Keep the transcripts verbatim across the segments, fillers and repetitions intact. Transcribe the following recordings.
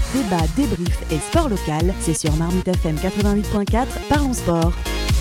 Débat, débrief et sport local, c'est sur Marmite F M quatre-vingt-huit virgule quatre, parlons sport.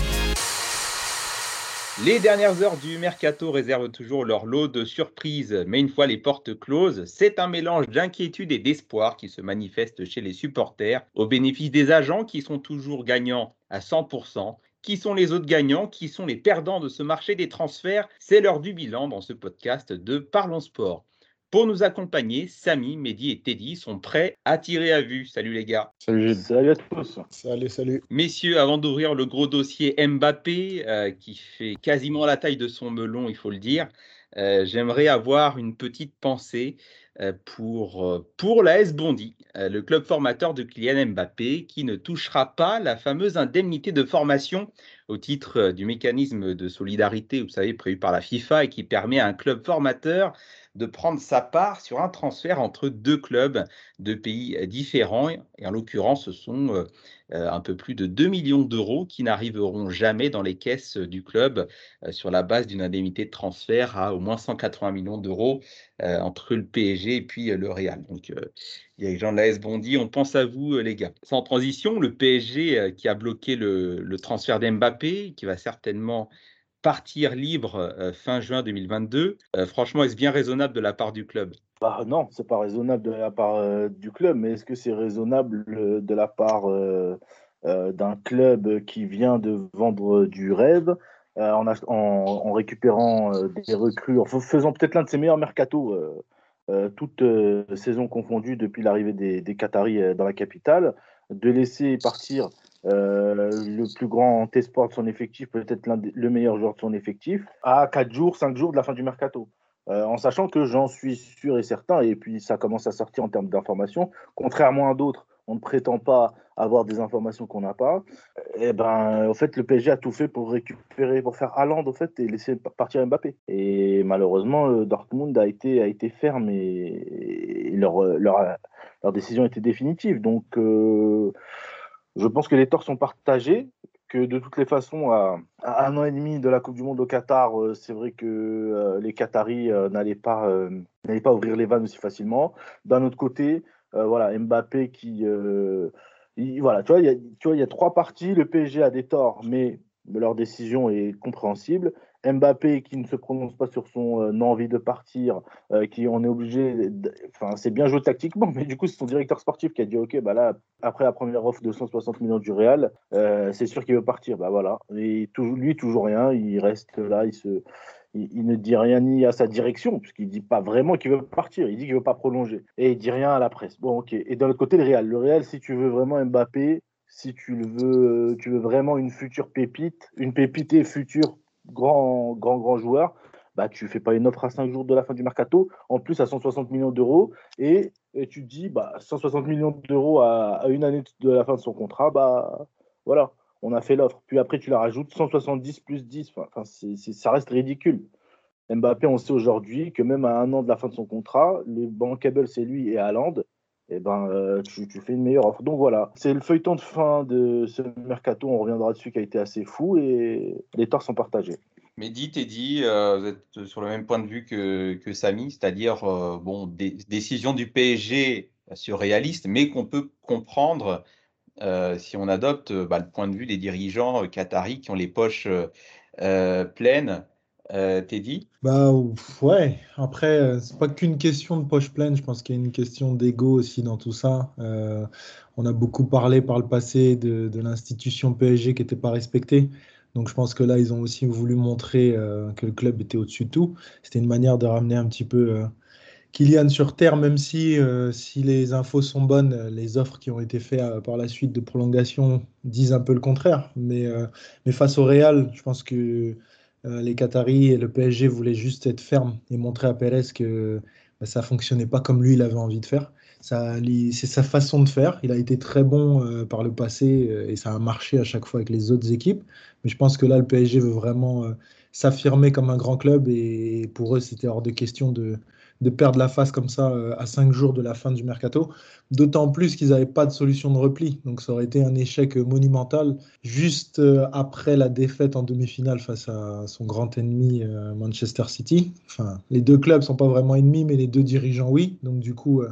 Les dernières heures du mercato réservent toujours leur lot de surprises, mais une fois les portes closes, c'est un mélange d'inquiétude et d'espoir qui se manifeste chez les supporters, au bénéfice des agents qui sont toujours gagnants à cent pour cent. Qui sont les autres gagnants? Qui sont les perdants de ce marché des transferts? C'est l'heure du bilan dans ce podcast de Parlons Sport. Pour nous accompagner, Samy, Mehdi et Teddy sont prêts à tirer à vue. Salut les gars. Salut Gilles. Salut à tous. Salut, salut. Messieurs, avant d'ouvrir le gros dossier Mbappé, euh, qui fait quasiment la taille de son melon, il faut le dire, euh, j'aimerais avoir une petite pensée euh, pour, euh, pour l'A S Bondy, euh, le club formateur de Kylian Mbappé, qui ne touchera pas la fameuse indemnité de formation au titre euh, du mécanisme de solidarité, vous savez, prévu par la FIFA et qui permet à un club formateur de prendre sa part sur un transfert entre deux clubs de pays différents. Et en l'occurrence, ce sont euh, euh, un peu plus de deux millions d'euros qui n'arriveront jamais dans les caisses du club euh, sur la base d'une indemnité de transfert à au moins cent quatre-vingts millions d'euros euh, entre le P S G et puis euh, le Real. Donc, euh, il y a les gens de l'A S Bondy, on pense à vous euh, les gars. Sans transition, le P S G euh, qui a bloqué le, le transfert d'Mbappé, qui va certainement partir libre euh, fin juin deux mille vingt-deux. Euh, franchement, est-ce bien raisonnable de la part du club? Bah non, c'est pas raisonnable de la part euh, du club, mais est-ce que c'est raisonnable euh, de la part euh, euh, d'un club qui vient de vendre du rêve euh, en, ach- en, en récupérant euh, des recrues, en f- faisant peut-être l'un de ses meilleurs mercatos, euh, euh, toutes euh, saisons confondues depuis l'arrivée des, des Qataris euh, dans la capitale, de laisser partir euh, le plus grand espoir de son effectif, peut-être l'un des- le meilleur joueur de son effectif, à quatre jours, cinq jours de la fin du mercato. Euh, en sachant que j'en suis sûr et certain, et puis ça commence à sortir en termes d'informations, contrairement à d'autres, on ne prétend pas avoir des informations qu'on n'a pas. Et ben, en fait, le P S G a tout fait pour récupérer, pour faire Haaland, en fait, et laisser partir Mbappé. Et malheureusement, le Dortmund a été, a été ferme et, et leur, leur, leur décision était définitive. Donc, euh, je pense que les torts sont partagés, que de toutes les façons, à, à un an et demi de la Coupe du Monde au Qatar, euh, c'est vrai que euh, les Qataris euh, n'allaient pas, euh, n'allaient pas ouvrir les vannes aussi facilement. D'un autre côté, euh, voilà, Mbappé qui... euh, il- voilà, tu vois, il y a, tu vois, il y a trois parties. Le P S G a des torts, mais leur décision est compréhensible. Mbappé qui ne se prononce pas sur son euh, envie de partir, euh, qui on est obligé, d- enfin c'est bien joué tactiquement, mais du coup c'est son directeur sportif qui a dit ok bah là après la première offre de cent soixante millions du Real, euh, c'est sûr qu'il veut partir, bah voilà. Et toujours, lui toujours rien, il reste là, il se, il, il ne dit rien ni à sa direction puisqu'il dit pas vraiment qu'il veut partir, il dit qu'il veut pas prolonger et il dit rien à la presse. Bon ok. Et de l'autre côté le Real, le Real si tu veux vraiment Mbappé, si tu le veux, tu veux vraiment une future pépite, une pépite et future grand, grand, grand joueur, bah, tu ne fais pas une offre à cinq jours de la fin du mercato, en plus à cent soixante millions d'euros, et, et tu te dis bah, cent soixante millions d'euros à, à une année de la fin de son contrat, bah voilà, on a fait l'offre. Puis après, tu la rajoutes cent soixante-dix plus dix, enfin, c'est, c'est, ça reste ridicule. Mbappé, on sait aujourd'hui que même à un an de la fin de son contrat, le bankable, c'est lui et Haaland. Et ben, euh, tu, tu fais une meilleure offre. Donc voilà, c'est le feuilleton de fin de ce mercato. On reviendra dessus qui a été assez fou et les torts sont partagés. Mehdi, Teddy, euh, vous êtes sur le même point de vue que, que Samy, c'est-à-dire euh, bon, des décisions du P S G surréalistes, mais qu'on peut comprendre euh, si on adopte euh, bah, le point de vue des dirigeants euh, qataris qui ont les poches euh, euh, pleines. Euh, Teddy? Bah ouf, ouais, après, euh, c'est pas qu'une question de poche pleine, je pense qu'il y a une question d'ego aussi dans tout ça. Euh, on a beaucoup parlé par le passé de, de l'institution P S G qui n'était pas respectée. Donc je pense que là, ils ont aussi voulu montrer euh, que le club était au-dessus de tout. C'était une manière de ramener un petit peu euh, Kylian sur terre, même si, euh, si les infos sont bonnes, euh, les offres qui ont été faites euh, par la suite de prolongation disent un peu le contraire. Mais, euh, mais face au Real, je pense que euh, les Qataris et le P S G voulaient juste être fermes et montrer à Pérez que bah, ça fonctionnait pas comme lui, il avait envie de faire. Ça, lui- c'est sa façon de faire. Il a été très bon euh, par le passé euh, et ça a marché à chaque fois avec les autres équipes. Mais je pense que là, le P S G veut vraiment euh, s'affirmer comme un grand club et pour eux, c'était hors de question de de perdre la face comme ça euh, à cinq jours de la fin du mercato. D'autant plus qu'ils n'avaient pas de solution de repli. Donc ça aurait été un échec monumental juste euh, après la défaite en demi-finale face à son grand ennemi euh, Manchester City. Enfin, les deux clubs sont pas vraiment ennemis, mais les deux dirigeants, oui. Donc du coup, euh,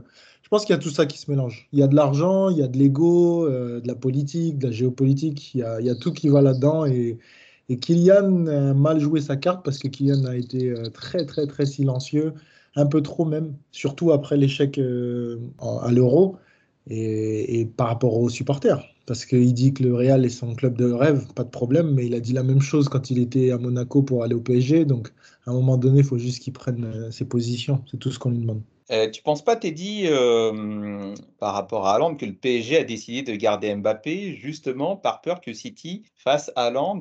Je pense qu'il y a tout ça qui se mélange. Il y a de l'argent, il y a de l'ego, euh, de la politique, de la géopolitique, il y a, il y a tout qui va là-dedans. Et, et Kylian a mal joué sa carte parce que Kylian a été euh, très, très, très silencieux, un peu trop même, surtout après l'échec euh, en- à l'Euro et, et par rapport aux supporters. Parce qu'il dit que le Real est son club de rêve, pas de problème, mais il a dit la même chose quand il était à Monaco pour aller au P S G. Donc, à un moment donné, il faut juste qu'il prenne euh, ses positions. C'est tout ce qu'on lui demande. Euh, tu penses pas, Teddy, euh, par rapport à Haaland, que le P S G a décidé de garder Mbappé justement par peur que City fasse Haaland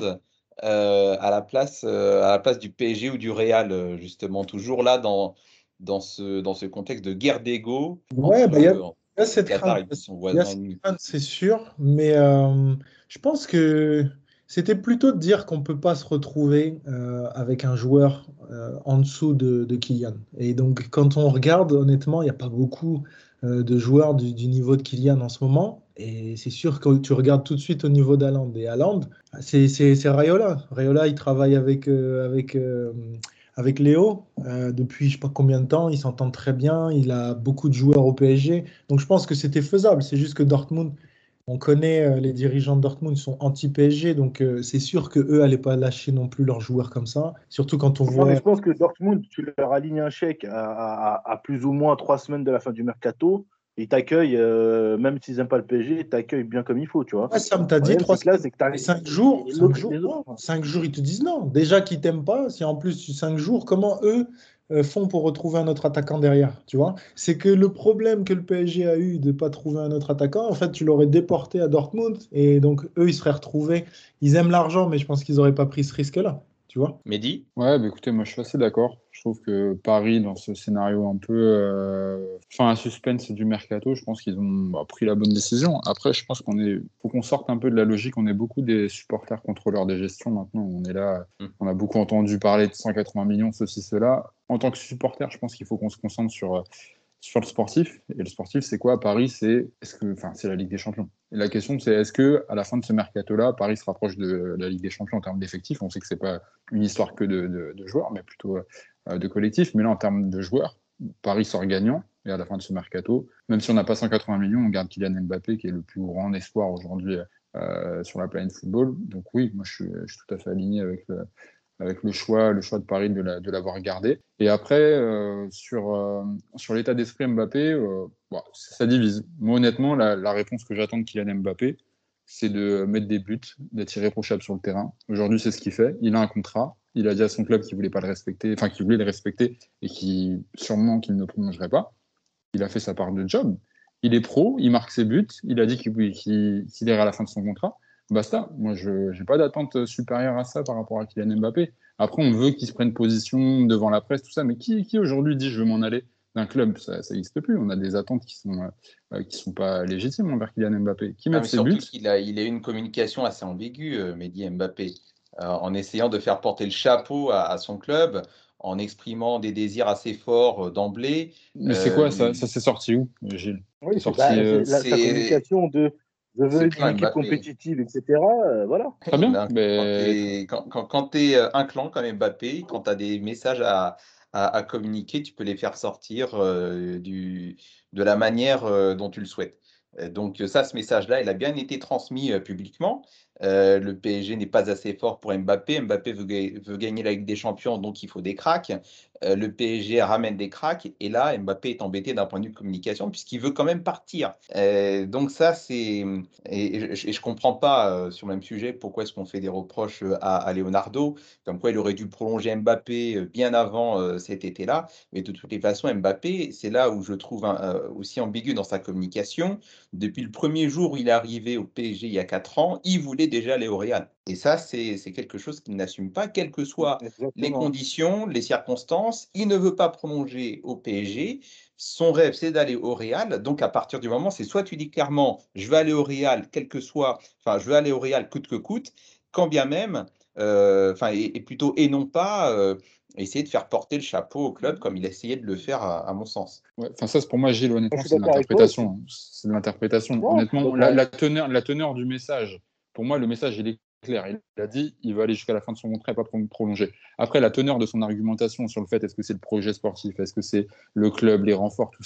euh, à la place, euh, à la place du P S G ou du Real, euh, justement, toujours là dans, dans ce, dans ce contexte de guerre d'ego Ouais, entre, bah, il y a, il entre y a le cette Qatar crainte. et son Il y a voisin cette ennemi. crainte, c'est sûr, mais euh, je pense que c'était plutôt de dire qu'on ne peut pas se retrouver euh, avec un joueur euh, en dessous de, de Kylian. Et donc, quand on regarde, honnêtement, il n'y a pas beaucoup euh, de joueurs du, du niveau de Kylian en ce moment. Et c'est sûr que tu regardes tout de suite au niveau d'Haaland. Et Haaland, c'est c'est- c'est Raiola. Raiola, il travaille avec, euh, avec, euh, avec Léo euh, depuis je sais pas combien de temps. Ils s'entendent très bien. Il a beaucoup de joueurs au P S G. Donc je pense que c'était faisable. C'est juste que Dortmund, on connaît euh, les dirigeants de Dortmund, ils sont anti-P S G. Donc euh, c'est sûr qu'eux n'allaient pas lâcher non plus leurs joueurs comme ça. Surtout quand on Non, mais voit. je pense que Dortmund, tu leur alignes un chèque à, à- à plus ou moins trois semaines de la fin du mercato. Ils t'accueillent, euh, même s'ils n'aiment pas le P S G, ils t'accueillent bien comme il faut, tu vois. Ouais, Sam Le t'a dit problème, trois c'est que là, semaines. c'est que t'as- Mais cinq jours, et cinq l'autre, jours, les autres. non. Cinq jours, ils te disent non. Déjà qu'ils t'aiment pas, si en plus tu cinq jours, comment eux euh, font pour retrouver un autre attaquant derrière, tu vois? C'est que le problème que le P S G a eu de ne pas trouver un autre attaquant, en fait, tu l'aurais déporté à Dortmund et donc eux, ils seraient retrouvés. Ils aiment l'argent, mais je pense qu'ils n'auraient pas pris ce risque-là, tu vois? Mehdi? Ouais, bah écoutez, moi je suis assez d'accord. Je trouve que Paris, dans ce scénario un peu euh, fin à suspense du mercato, je pense qu'ils ont bah, pris la bonne décision. Après, je pense qu'on est, faut qu'on sorte un peu de la logique. On est beaucoup des supporters contrôleurs des gestions maintenant. On est là, Hmm. on a beaucoup entendu parler de cent quatre-vingts millions, ceci, cela. En tant que supporter, je pense qu'il faut qu'on se concentre sur sur le sportif. Et le sportif, c'est quoi à Paris? C'est est-ce que, enfin, c'est la Ligue des Champions. Et la question, c'est est-ce que à la fin de ce mercato-là, Paris se rapproche de la Ligue des Champions en termes d'effectifs? On sait que c'est pas une histoire que de, de, de joueurs, mais plutôt euh, de collectifs. Mais là, en termes de joueurs, Paris sort gagnant. Et à la fin de ce mercato, même si on n'a pas cent quatre-vingts millions, on garde Kylian Mbappé, qui est le plus grand espoir aujourd'hui euh, sur la planète football. Donc oui, moi, je suis, je suis tout à fait aligné avec le, avec le choix, le choix de Paris de, la, de l'avoir gardé. Et après, euh, sur, euh, sur l'état d'esprit Mbappé, euh, bon, ça divise. Moi, honnêtement, la, la réponse que j'attends de Kylian Mbappé, c'est de mettre des buts, d'être irréprochable sur le terrain. Aujourd'hui, c'est ce qu'il fait. Il a un contrat. Il a dit à son club qu'il voulait pas le respecter, enfin qu'il voulait le respecter et qui sûrement qu'il ne prolongerait pas. Il a fait sa part de job. Il est pro, il marque ses buts. Il a dit qu'il, qu'il, qu'il irait à la fin de son contrat. Basta. Moi, je n'ai pas d'attente supérieure à ça par rapport à Kylian Mbappé. Après, on veut qu'il se prenne position devant la presse, tout ça. Mais qui, qui aujourd'hui dit je veux m'en aller d'un club? Ça n'existe plus. On a des attentes qui sont, euh, qui sont pas légitimes envers Kylian Mbappé. Qui Ah, met mais ses buts? surtout qu'il a, il a eu une communication assez ambiguë, euh, Mehdi Mbappé, euh, en essayant de faire porter le chapeau à, à son club, en exprimant des désirs assez forts euh, d'emblée. Mais c'est Euh, quoi ça? Ça s'est sorti où, Gilles? Oui, C'est c'est sorti. bah, euh, c'est la- sa c'est, communication de je c'est veux une plein équipe Mbappé. compétitive, et cetera euh, voilà. Très bien. Ben, quand tu Mais es quand, quand, quand t'es, euh, un clan comme Mbappé, quand tu as des messages à, à, à communiquer, tu peux les faire sortir euh, du, de la manière euh, dont tu le souhaites. Euh, Donc ça, ce message-là, il a bien été transmis euh, publiquement. Euh, le P S G n'est pas assez fort pour Mbappé. Mbappé veut, ga- veut gagner la Ligue des Champions, donc il faut des cracks. Euh, le P S G ramène des cracks. Et là, Mbappé est embêté d'un point de vue de communication puisqu'il veut quand même partir. Euh, donc ça, c'est... Et, et je, et je comprends pas, euh, sur le même sujet, pourquoi est-ce qu'on fait des reproches euh, à, à Leonardo, comme quoi il aurait dû prolonger Mbappé euh, bien avant euh, cet été-là. Mais de toutes les façons, Mbappé, c'est là où je trouve un- euh, aussi ambigu dans sa communication. Depuis le premier jour où il est arrivé au P S G il y a quatre ans, il voulait déjà aller au Real. Et ça, c'est c'est quelque chose qu'il n'assume pas, quelles que soient les Exactement. conditions, les circonstances. Il ne veut pas prolonger au P S G. Son rêve, c'est d'aller au Real. Donc, à partir du moment, c'est soit tu dis clairement, je veux aller au Real, quel que soit, enfin, je veux aller au Real coûte que coûte, quand bien même, euh, enfin, et, et plutôt, et non pas euh, essayer de faire porter le chapeau au club comme il a essayé de le faire, à, à mon sens. ouais, enfin ça, c'est pour moi, Gilles, Moi, je honnêtement, suis c'est de d'accord avec toi aussi. l'interprétation. C'est de l'interprétation. Non, je suis Honnêtement, d'accord la, avec la teneur, la teneur du message, pour moi, le message, il est clair. Il a dit, il va aller jusqu'à la fin de son contrat et pas pro- prolonger. Après, la teneur de son argumentation sur le fait, est-ce que c'est le projet sportif, est-ce que c'est le club, les renforts, tout ça,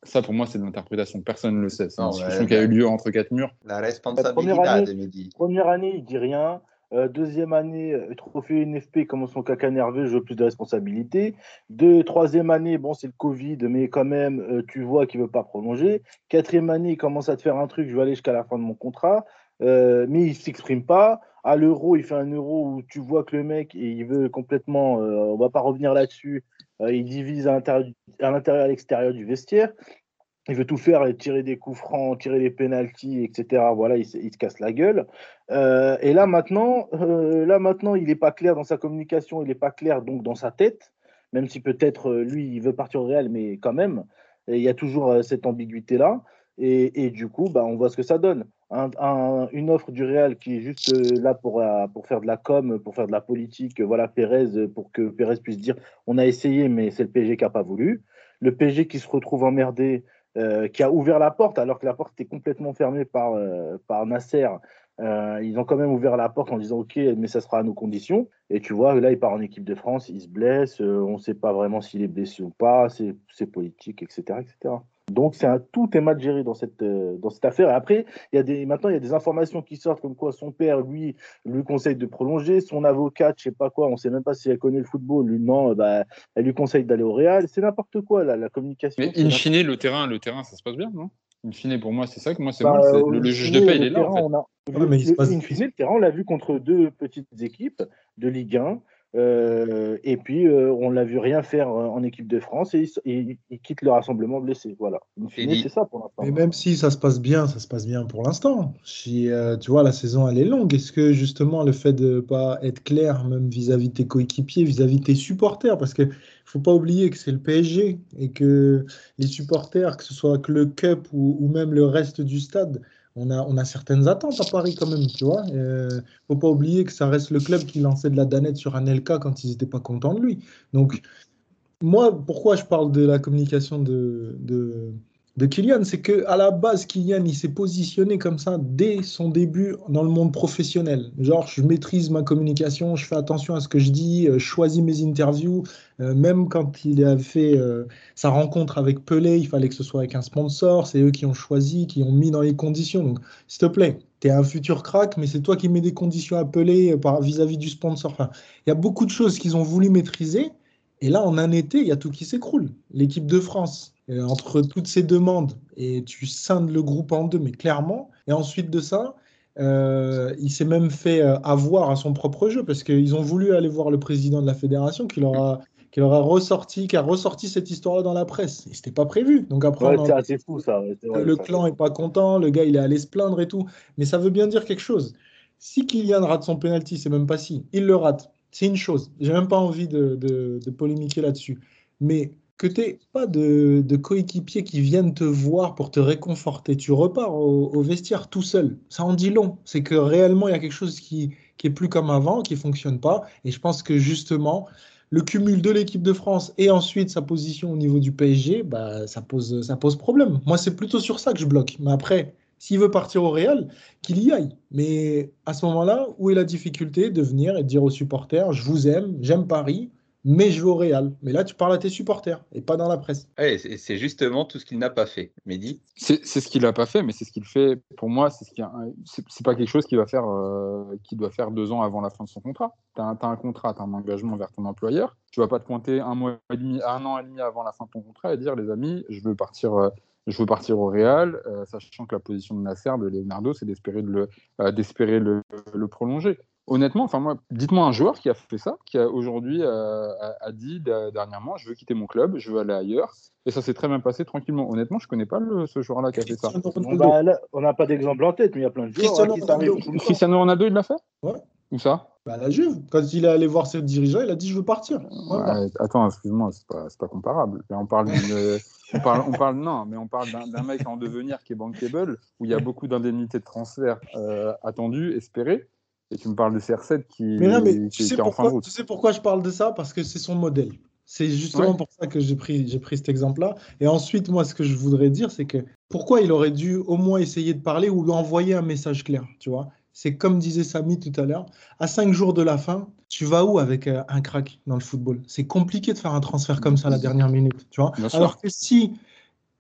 Ça, pour moi, c'est de l'interprétation. Personne ne le sait. C'est une Non, discussion ouais, qui a eu mais- lieu entre quatre murs. La La responsabilidad première année, de Mehdi. première année, il dit rien. Euh, deuxième année, euh, trophée N F P, commence son caca nerveux, je veux plus de responsabilité. Deux, troisième année, bon, c'est le Covid, mais quand même, euh, tu vois qu'il veut pas prolonger. Quatrième année, il commence à te faire un truc, je vais aller jusqu'à la fin de mon contrat, Euh, mais il s'exprime pas. À l'euro, il fait un euro où tu vois que le mec, il veut complètement, euh, on va pas revenir là-dessus, euh, il divise à l'intérieur, à l'intérieur et à l'extérieur du vestiaire. Il veut tout faire, et tirer des coups francs, tirer des pénaltys, et cetera. Voilà, il, se- il se casse la gueule. Euh, et là maintenant, euh, là maintenant, il n'est pas clair dans sa communication, il n'est pas clair donc dans sa tête, même si peut-être euh, lui, il veut partir au Real, mais quand même, et il y a toujours euh, cette ambiguïté-là. Et, et du coup, bah, on voit ce que ça donne. Un- un- une offre du Real qui est juste euh, là pour, euh, pour faire de la com, pour faire de la politique. euh, Voilà, Pérez, euh, pour que Pérez puisse dire on a essayé, mais c'est le P S G qui n'a pas voulu. Le P S G qui se retrouve emmerdé euh, qui a ouvert la porte alors que la porte était complètement fermée par, euh, par Nasser. Euh, ils ont quand même ouvert la porte en disant ok, mais ça sera à nos conditions. Et tu vois, là, il part en équipe de France, il se blesse, euh, on ne sait pas vraiment s'il est blessé ou pas, c'est, c'est politique, et cetera, et cetera. Donc, c'est un, tout est mal géré dans cette, euh, dans cette affaire. Et après, il y a des, maintenant, il y a des informations qui sortent comme quoi son père, lui, lui conseille de prolonger. Son avocate, je sais pas quoi, on ne sait même pas si elle connaît le football. Lui, non, bah, elle lui conseille d'aller au Real. C'est n'importe quoi, là, la communication. Mais c'est in n'importe fine, le terrain, le terrain, ça se passe bien, non? In fine, pour moi, c'est ça que moi, c'est Bah, bon. C'est, euh, le, le in juge de fine, paix, il le est là, en terrain, fait. on a, Ouais, le, mais il se le- passe. in fine, le terrain, on l'a vu contre deux petites équipes de Ligue un. euh, et puis, euh, on l'a vu rien faire euh, en équipe de France et, il- et il quitte le rassemblement blessé. Voilà. In fine, Mehdi. c'est ça pour l'instant. Mais même si ça se passe bien, ça se passe bien pour l'instant. Si, euh, tu vois, la saison, elle est longue. Est-ce que justement le fait de ne pas être clair, même vis-à-vis de tes coéquipiers, vis-à-vis de tes supporters, parce qu'il ne faut pas oublier que c'est le P S G et que les supporters, que ce soit que le Cup ou, ou même le reste du stade, on a, on a certaines attentes à Paris quand même, tu vois. Il ne faut pas oublier que ça reste le club qui lançait de la danette sur Anelka quand ils n'étaient pas contents de lui. Donc, moi, pourquoi je parle de la communication de, de, de Kylian, c'est que à la base, Kylian, il s'est positionné comme ça dès son début dans le monde professionnel. Genre, je maîtrise ma communication, je fais attention à ce que je dis, euh, je choisis mes interviews. Euh, même quand il a fait euh, sa rencontre avec Pelé, il fallait que ce soit avec un sponsor. C'est eux qui ont choisi, qui ont mis dans les conditions. Donc, s'il te plaît, tu es un futur crack, mais c'est toi qui mets des conditions à Pelé euh, par, vis-à-vis du sponsor. Enfin, il y a beaucoup de choses qu'ils ont voulu maîtriser. Et là, en un été, il y a tout qui s'écroule. L'équipe de France, euh, entre toutes ces demandes, et tu scindes le groupe en deux, mais clairement. Et ensuite de ça, euh, il s'est même fait euh, avoir à son propre jeu, parce qu'ils ont voulu aller voir le président de la fédération qui leur a, qui leur a ressorti, qui a ressorti cette histoire-là dans la presse. Et c'était pas prévu. Donc après, on Ouais, en- c'est assez fou, ça. Ouais, c'est le, vrai, le ça. clan est pas content, le gars il est allé se plaindre et tout. Mais ça veut bien dire quelque chose. Si Kylian rate son penalty, c'est même pas si, il le rate. C'est une chose. J'ai même pas envie de, de- de polémiquer là-dessus. Mais que tu n'aies pas de, de coéquipiers qui viennent te voir pour te réconforter, tu repars au, au vestiaire tout seul. Ça en dit long. C'est que réellement, il y a quelque chose qui, qui est plus comme avant, qui fonctionne pas. Et je pense que justement, le cumul de l'équipe de France et ensuite sa position au niveau du P S G, bah, ça pose, ça pose problème. Moi, c'est plutôt sur ça que je bloque. Mais après, s'il veut partir au Real, qu'il y aille. Mais à ce moment-là, où est la difficulté de venir et de dire aux supporters, je vous aime, j'aime Paris, mais je vais au Real. Mais là, tu parles à tes supporters et pas dans la presse. Ouais, c'est c'est justement tout ce qu'il n'a pas fait. Mehdi. C'est, c'est ce qu'il n'a pas fait, mais c'est ce qu'il fait. Pour moi, c'est ce qui a- c'est, c'est pas quelque chose qu'il va faire, euh, qu'il doit faire deux ans avant la fin de son contrat. Tu as un, t'as un contrat, tu as un engagement vers ton employeur. Tu vas pas te pointer un mois et demi, un an et demi avant la fin de ton contrat et dire, les amis, je veux partir, euh, je veux partir au Real, euh, sachant que la position de Nasser, de Leonardo, c'est d'espérer, de le, euh, d'espérer le, le prolonger. Honnêtement, enfin moi, dites-moi un joueur qui a fait ça, qui a aujourd'hui euh, a, a dit d- dernièrement, je veux quitter mon club, je veux aller ailleurs, et ça s'est très bien passé tranquillement. Honnêtement, je connais pas le, ce joueur-là qui a fait ça. Cristiano Bon, Ronaldo. bah, là, on n'a pas d'exemple en tête, mais il y a plein de joueurs hein, Cristiano qui s'arrivent Ronaldo. tout le temps. Cristiano Ronaldo, il l'a fait? Ouais. Où ça? Bah, la Juve, quand il est allé voir ses dirigeants, il a dit je veux partir. Voilà. Ouais, attends, excuse-moi, c'est pas, c'est pas comparable. Là, on parle d'une, on parle, on parle, non, mais on parle d'un, d'un mec en devenir qui est bankable, où il y a beaucoup d'indemnités de transfert euh, attendues, espérées. Et tu me parles de C R sept qui, Mais non, mais tu qui, sais, qui est en fin de pourquoi, route. tu sais pourquoi je parle de ça? Parce que c'est son modèle. C'est justement Ouais. pour ça que j'ai pris, j'ai pris cet exemple-là. Et ensuite, moi, ce que je voudrais dire, c'est que pourquoi il aurait dû au moins essayer de parler ou envoyer un message clair, tu vois? C'est comme disait Samy tout à l'heure, à cinq jours de la fin, tu vas où avec euh, un crack dans le football? C'est compliqué de faire un transfert comme ça à la dernière minute, tu vois? Bien sûr. Alors que si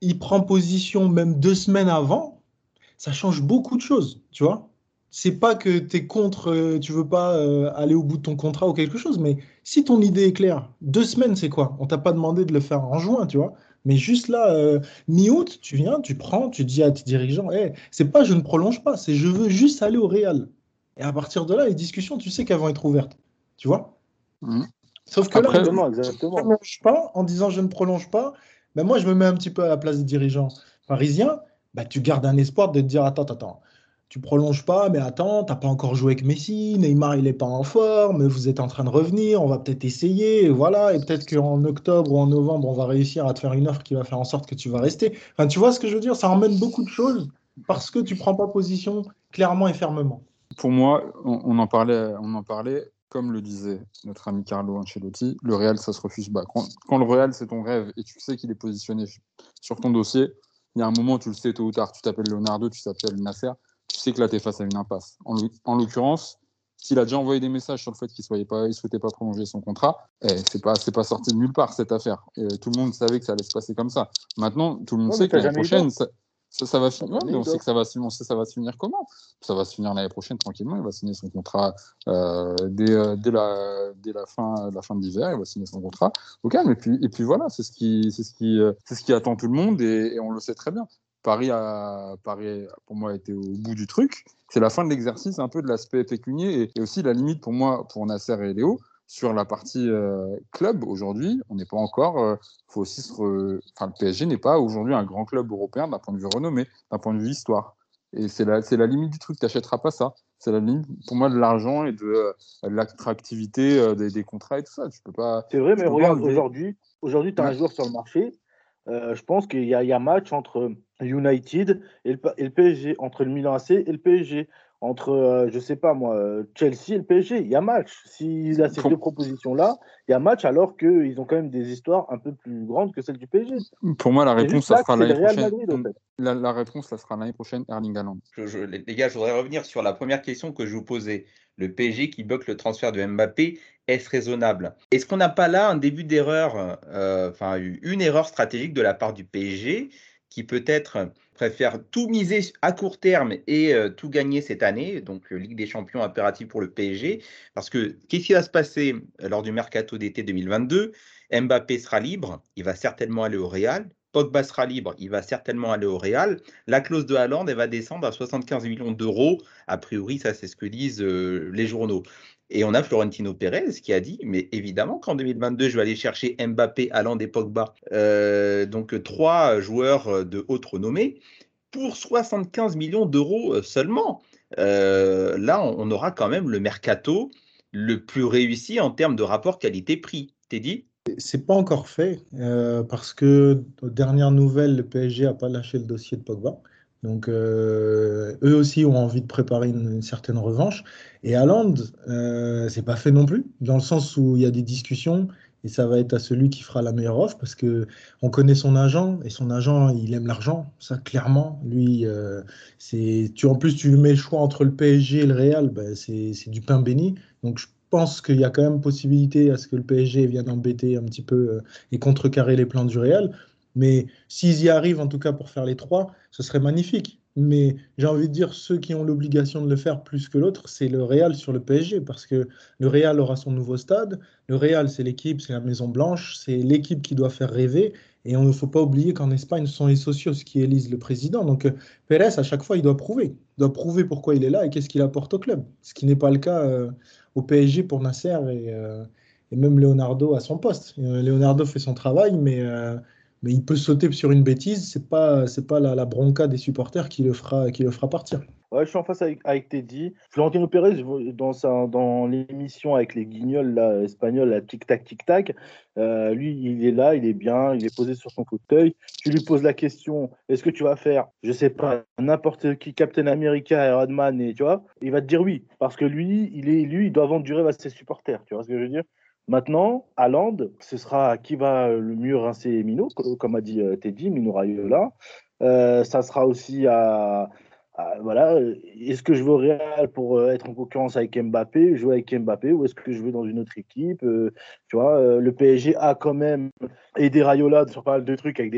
il prend position même deux semaines avant, ça change beaucoup de choses, tu vois. C'est pas que tu es contre, euh, tu veux pas euh, aller au bout de ton contrat ou quelque chose, mais si ton idée est claire, deux semaines, c'est quoi? On t'a pas demandé de le faire en juin, tu vois. Mais juste là, euh, mi-août, tu viens, tu prends, tu dis à tes dirigeants, hey, c'est pas je ne prolonge pas, c'est je veux juste aller au Real. Et à partir de là, les discussions, tu sais qu'elles vont être ouvertes, tu vois. Mhm. Sauf que là, Après, tu ne Exactement, exactement. prolonges pas en disant je ne prolonge pas. Ben moi, je me mets un petit peu à la place des dirigeants parisiens. Ben, tu gardes un espoir de te dire attends, attends, tu prolonges pas, mais attends, t'as pas encore joué avec Messi, Neymar, il est pas en forme, vous êtes en train de revenir, on va peut-être essayer, et voilà, et peut-être qu'en octobre ou en novembre, on va réussir à te faire une offre qui va faire en sorte que tu vas rester. Enfin, tu vois ce que je veux dire? Ça emmène beaucoup de choses parce que tu prends pas position clairement et fermement. pour moi, on, on en parlait, on en parlait, comme le disait notre ami Carlo Ancelotti, le Real, ça se refuse pas. Quand, quand le Real, c'est ton rêve et tu sais qu'il est positionné sur ton dossier, il y a un moment, tu le sais tôt ou tard, tu t'appelles Leonardo, tu t'appelles Nasser, tu sais que là, tu es face à une impasse. En, en l'occurrence, s'il a déjà envoyé des messages sur le fait qu'il ne souhaitait pas prolonger son contrat, eh, c'est pas, c'est pas sorti de nulle part, cette affaire. Et tout le monde savait que ça allait se passer comme ça. Maintenant, tout le monde Ouais, mais sait que t'as l'année jamais eu prochaine, d'offre. ça, ça, ça va finir. Ouais, Jamais mais eu on sait que d'offre. ça va, on sait ça va se finir comment? Ça va se finir l'année prochaine tranquillement. Il va signer son contrat euh, dès, euh, dès, la, dès la, fin, la fin de l'hiver. Il va signer son contrat au calme. Et puis, et puis voilà, c'est ce, qui, c'est, ce qui, euh, c'est ce qui attend tout le monde et, et on le sait très bien. Paris, a, Paris, pour moi, a été au bout du truc. C'est la fin de l'exercice, un peu de l'aspect pécunier et, et aussi la limite pour moi, pour Nasser et Léo, sur la partie euh, club. Aujourd'hui, on n'est pas encore. Euh, faut aussi se re... enfin, le P S G n'est pas aujourd'hui un grand club européen d'un point de vue renommée, d'un point de vue histoire. Et c'est la, c'est la limite du truc. Tu n'achèteras pas ça. C'est la limite pour moi de l'argent et de, euh, de l'attractivité euh, des, des contrats et tout ça. Tu peux pas, C'est vrai, tu mais peux pas regarde, enlever. aujourd'hui, aujourd'hui, tu as Ouais. un joueur sur le marché. Euh, je pense qu'il y a, il y a match entre United et le, et le P S G, entre le Milan A C et le P S G, entre, euh, je sais pas moi, euh, Chelsea et le P S G. Il y a match. S'il a ces Pour, deux propositions-là, il y a match alors qu'ils ont quand même des histoires un peu plus grandes que celles du P S G. pour moi, la C'est réponse, juste ça là que sera c'est le l'année Real prochaine. Madrid, en fait. La, la réponse, ça sera l'année prochaine, Erling Haaland. Je, je, les gars, je voudrais revenir sur la première question que je vous posais. Le P S G qui bloque le transfert de Mbappé, est-ce raisonnable? Est-ce qu'on n'a pas là un début d'erreur, euh, enfin une erreur stratégique de la part du P S G qui peut-être préfère tout miser à court terme et euh, tout gagner cette année, donc euh, Ligue des Champions impérative pour le P S G, parce que qu'est-ce qui va se passer lors du mercato d'été deux mille vingt-deux? Mbappé sera libre, il va certainement aller au Real. Pogba sera libre, il va certainement aller au Real. La clause de Haaland, elle va descendre à soixante-quinze millions d'euros. A priori, ça, c'est ce que disent euh, les journaux. Et on a Florentino Pérez qui a dit, mais évidemment qu'en deux mille vingt-deux, je vais aller chercher Mbappé, Haaland et Pogba. Euh, donc, trois joueurs de haute renommée pour soixante-quinze millions d'euros seulement. Euh, là, on, on aura quand même le mercato le plus réussi en termes de rapport qualité-prix. T'es dit? C'est pas encore fait euh, parce que aux dernières nouvelles, le P S G a pas lâché le dossier de Pogba. Donc euh, eux aussi ont envie de préparer une, une certaine revanche. Et Haaland, euh, c'est pas fait non plus, dans le sens où il y a des discussions et ça va être à celui qui fera la meilleure offre parce que on connaît son agent et son agent il aime l'argent, ça clairement. Lui, euh, c'est tu en plus tu lui mets le choix entre le P S G et le Real, ben, c'est c'est du pain béni. Donc je pense qu'il y a quand même possibilité à ce que le P S G vienne embêter un petit peu euh, et contrecarrer les plans du Real. Mais s'ils y arrivent, en tout cas pour faire les trois, ce serait magnifique. Mais j'ai envie de dire, ceux qui ont l'obligation de le faire plus que l'autre, c'est le Real sur le P S G, parce que le Real aura son nouveau stade. Le Real, c'est l'équipe, c'est la Maison Blanche, c'est l'équipe qui doit faire rêver. Et on ne faut pas oublier qu'en Espagne, ce sont les socios qui élisent le président. Donc euh, Pérez, à chaque fois, il doit prouver. Il doit prouver pourquoi il est là et qu'est-ce qu'il apporte au club. Ce qui n'est pas le cas euh, au P S G pour Nasser et, euh, et même Leonardo à son poste. Euh, Leonardo fait son travail, mais, euh, mais il peut sauter sur une bêtise. C'est pas, c'est pas la, la bronca des supporters qui le fera, qui le fera partir. Ouais, je suis en face avec, avec Teddy. Florentino Pérez, je vois- dans, sa, dans l'émission avec les guignols là, espagnols, la tic-tac, tic-tac, euh, lui, il est là, il est bien, il est posé sur son fauteuil. Tu lui poses la question, est-ce que tu vas faire, je sais pas, n'importe qui, Captain America, Iron Man, et tu vois, il va te dire oui, parce que lui, il est, lui, il doit vendre du rêve à ses supporters, tu vois ce que je veux dire? Maintenant, Haaland, ce sera qui va le mieux rincer Mino, co- comme a dit euh, Teddy, Mino Raiola. Euh, ça sera aussi à ah, voilà, est-ce que je veux au Real pour euh, être en concurrence avec Mbappé, jouer avec Mbappé, ou est-ce que je veux dans une autre équipe? Euh, tu vois, euh, le P S G a quand même aidé Raiola sur pas mal de trucs avec des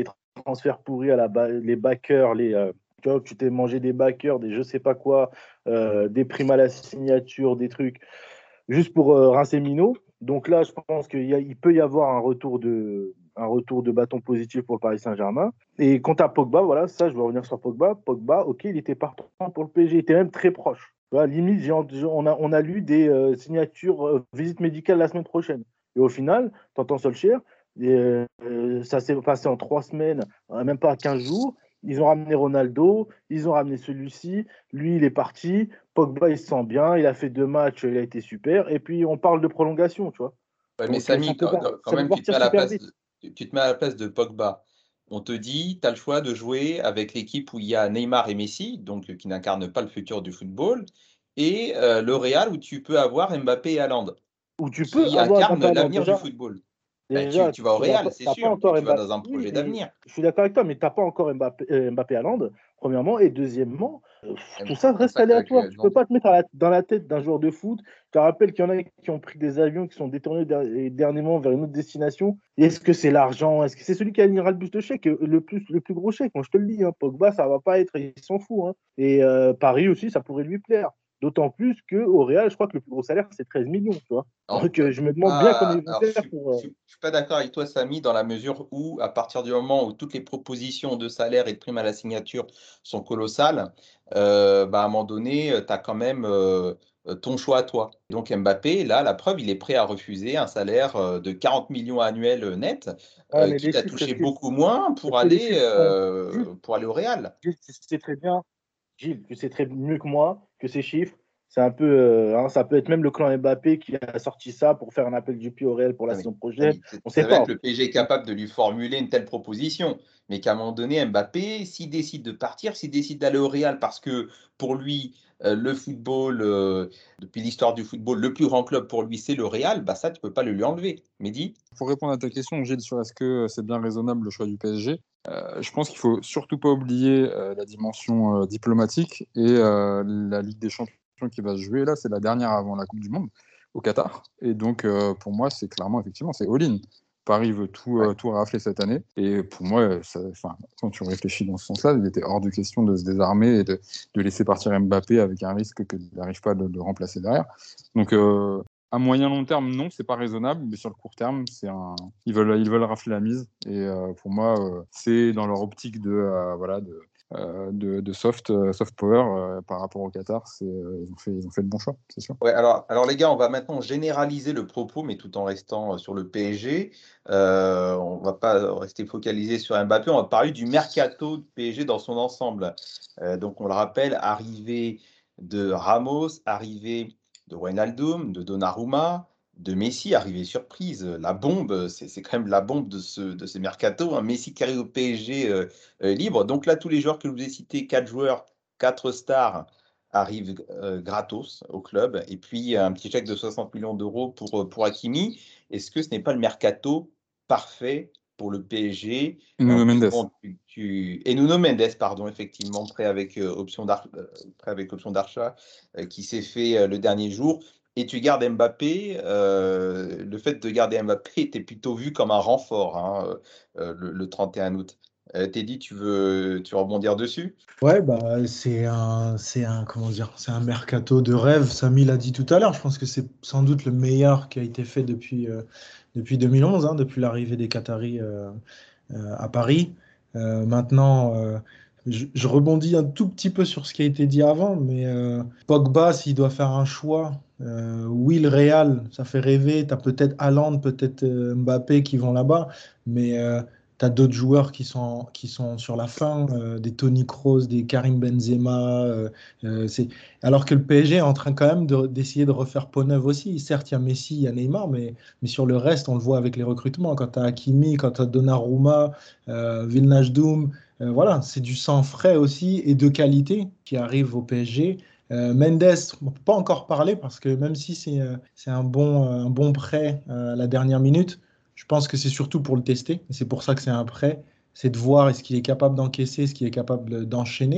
transferts pourris à la ba- les backers, les, euh, tu vois, tu t'es mangé des backers, des je sais pas quoi, euh, des primes à la signature, des trucs, juste pour euh, rincer Minot. Donc là, je pense qu'il y a- il peut y avoir un retour de, un retour de bâton positif pour le Paris Saint-Germain. Et quant à Pogba, voilà, ça, je vais revenir sur Pogba. Pogba, ok, il était partant pour le P S G, il était même très proche. Tu vois, limite, j'ai, on, a, on a lu des euh, signatures, euh, visite médicale la semaine prochaine. Et au final, t'entends Solskjaer, et, euh, ça s'est passé en trois semaines, euh, même pas quinze jours. Ils ont ramené Ronaldo, ils ont ramené celui-ci. Lui, il est parti. Pogba, il se sent bien. Il a fait deux matchs, il a été super. Et puis, on parle de prolongation, tu vois. Ouais, mais Donc, euh, ça Samy, peut, quand, par- quand ça peut même, tu te mets partir à la super place vite. de, tu te mets à la place de Pogba. On te dit, tu as le choix de jouer avec l'équipe où il y a Neymar et Messi, donc euh, qui n'incarnent pas le futur du football, et euh, le Real où tu peux avoir Mbappé et Haaland, Ou tu peux qui avoir incarnent Mbappé Haaland. l'avenir du Déjà, football. Ben, tu, déjà tu vas au tu n'as Real, pas, c'est t'as pas sûr, et encore tu vas Mbappé. dans un Oui, projet mais d'avenir. je suis d'accord avec toi, mais tu n'as pas encore Mbappé, euh, Mbappé Haaland, premièrement. Et deuxièmement, euh, Et tout bon, ça c'est reste ça que aléatoire. euh, Tu ne peux donc, pas te mettre à la- dans la tête d'un joueur de foot. Je te rappelle qu'il y en a qui ont pris des avions qui sont détournés der- dernièrement vers une autre destination. Est-ce que c'est l'argent? Est-ce que c'est celui qui alignera le plus de chèques, euh, le plus, le plus gros chèque? Moi, je te le dis, hein, Pogba, ça ne va pas être, il s'en fout, hein. Et euh, Paris aussi, ça pourrait lui plaire. D'autant plus qu'au Real, je crois que le plus gros salaire, c'est treize millions, tu vois. non, Donc, euh, je me demande bien comment pas- ils vont alors, je faire suis, pour. je euh, suis, je suis pas d'accord avec toi, Samy, dans la mesure où, à partir du moment où toutes les propositions de salaire et de primes à la signature sont colossales, euh, bah, à un moment donné, tu as quand même euh, euh, ton choix à toi. Donc Mbappé, là, la preuve, il est prêt à refuser un salaire euh, de quarante millions annuels euh, net, Ouais, euh, mais les quitte à chiffres, toucher est-ce que, beaucoup moins est-ce pour que les aller, chiffres sont. Gilles, euh, pour aller au Real. Gilles, tu sais très bien, Gilles, tu sais très mieux que moi que ces chiffres, c'est un peu. Euh, hein, ça peut être même le clan Mbappé qui a sorti ça pour faire un appel du pied au Real pour la Non, mais, saison prochaine. Samy, tu On ne tu sait sais bien pas. que le P S G est capable de lui formuler une telle proposition, mais qu'à un moment donné, Mbappé, s'il décide de partir, s'il décide d'aller au Real, parce que pour lui, euh, le football, euh, depuis l'histoire du football, le plus grand club pour lui, c'est le Real, bah ça, tu peux pas le lui enlever. Mehdi? Pour répondre à ta question, Gilles, sur est-ce que c'est bien raisonnable le choix du P S G, euh, je pense qu'il faut surtout pas oublier euh, la dimension euh, diplomatique et euh, la Ligue des Champions qui va se jouer là, c'est la dernière avant la Coupe du Monde au Qatar. Et donc, euh, pour moi, c'est clairement, effectivement, c'est all-in. Paris veut tout, Ouais. euh, tout rafler cette année. Et pour moi, ça, quand tu réfléchis dans ce sens-là, il était hors de question de se désarmer et de, de laisser partir Mbappé avec un risque qu'il n'arrive pas de le remplacer derrière. Donc, euh, à moyen long terme, non, c'est pas raisonnable, mais sur le court terme, c'est un... ils veulent, ils veulent rafler la mise. Et euh, pour moi, euh, c'est dans leur optique de, euh, voilà, de, euh, de, de soft, euh, soft power euh, par rapport au Qatar. C'est, euh, ils, ont fait, ils ont fait le bon choix, c'est sûr. Ouais, alors, alors les gars, on va maintenant généraliser le propos, mais tout en restant euh, sur le P S G. Euh, on va pas rester focalisé sur Mbappé, on va parler du mercato du P S G dans son ensemble. Euh, donc, on le rappelle, arrivée de Ramos, arrivée de Wijnaldum, de Donnarumma, de Messi, arrivée surprise. La bombe, c'est c'est quand même la bombe de ce, de ce mercato. Un Messi qui arrive au P S G euh, euh, libre. Donc là, tous les joueurs que je vous ai cités, quatre joueurs, quatre stars, arrive euh, gratos au club. Et puis, un petit chèque de soixante millions d'euros pour, pour Hakimi. Est-ce que ce n'est pas le mercato parfait pour le P S G? Et Et en Nuno plus, Mendes. bon, tu, tu... Et Nuno Mendes, pardon, effectivement, prêt avec, euh, option, d'ar... euh, prêt avec option d'achat, euh, qui s'est fait euh, le dernier jour. Et tu gardes Mbappé. Euh, le fait de garder Mbappé était plutôt vu comme un renfort, hein, euh, le, le trente et un août. Euh, Teddy, tu veux, tu veux rebondir dessus? Ouais, bah, c'est un, c'est un, comment dire, c'est un mercato de rêve. Samy l'a dit tout à l'heure. Je pense que c'est sans doute le meilleur qui a été fait depuis, euh, depuis deux mille onze, hein, depuis l'arrivée des Qataris euh, euh, à Paris. Euh, maintenant, euh, je, je rebondis un tout petit peu sur ce qui a été dit avant, mais euh, Pogba, s'il doit faire un choix, euh, oui, le Real, ça fait rêver. Tu as peut-être Haaland, peut-être euh, Mbappé qui vont là-bas, mais euh, tu as d'autres joueurs qui sont, qui sont sur la fin, euh, des Toni Kroos, des Karim Benzema. euh, euh, c'est... Alors que le P S G est en train quand même de- d'essayer de refaire peau neuve aussi. Certes, il y a Messi, il y a Neymar, mais, mais sur le reste, on le voit avec les recrutements. Quand tu as Hakimi, quand tu as Donnarumma, euh, Wijnaldum, euh, voilà, c'est du sang frais aussi et de qualité qui arrive au P S G. Euh, Mendes, on ne peut pas encore parler parce que même si c'est euh, c'est un bon, un bon prêt euh, à la dernière minute, je pense que c'est surtout pour le tester. Et c'est pour ça que c'est un prêt. C'est de voir est-ce qu'il est capable d'encaisser, est-ce qu'il est capable d'enchaîner.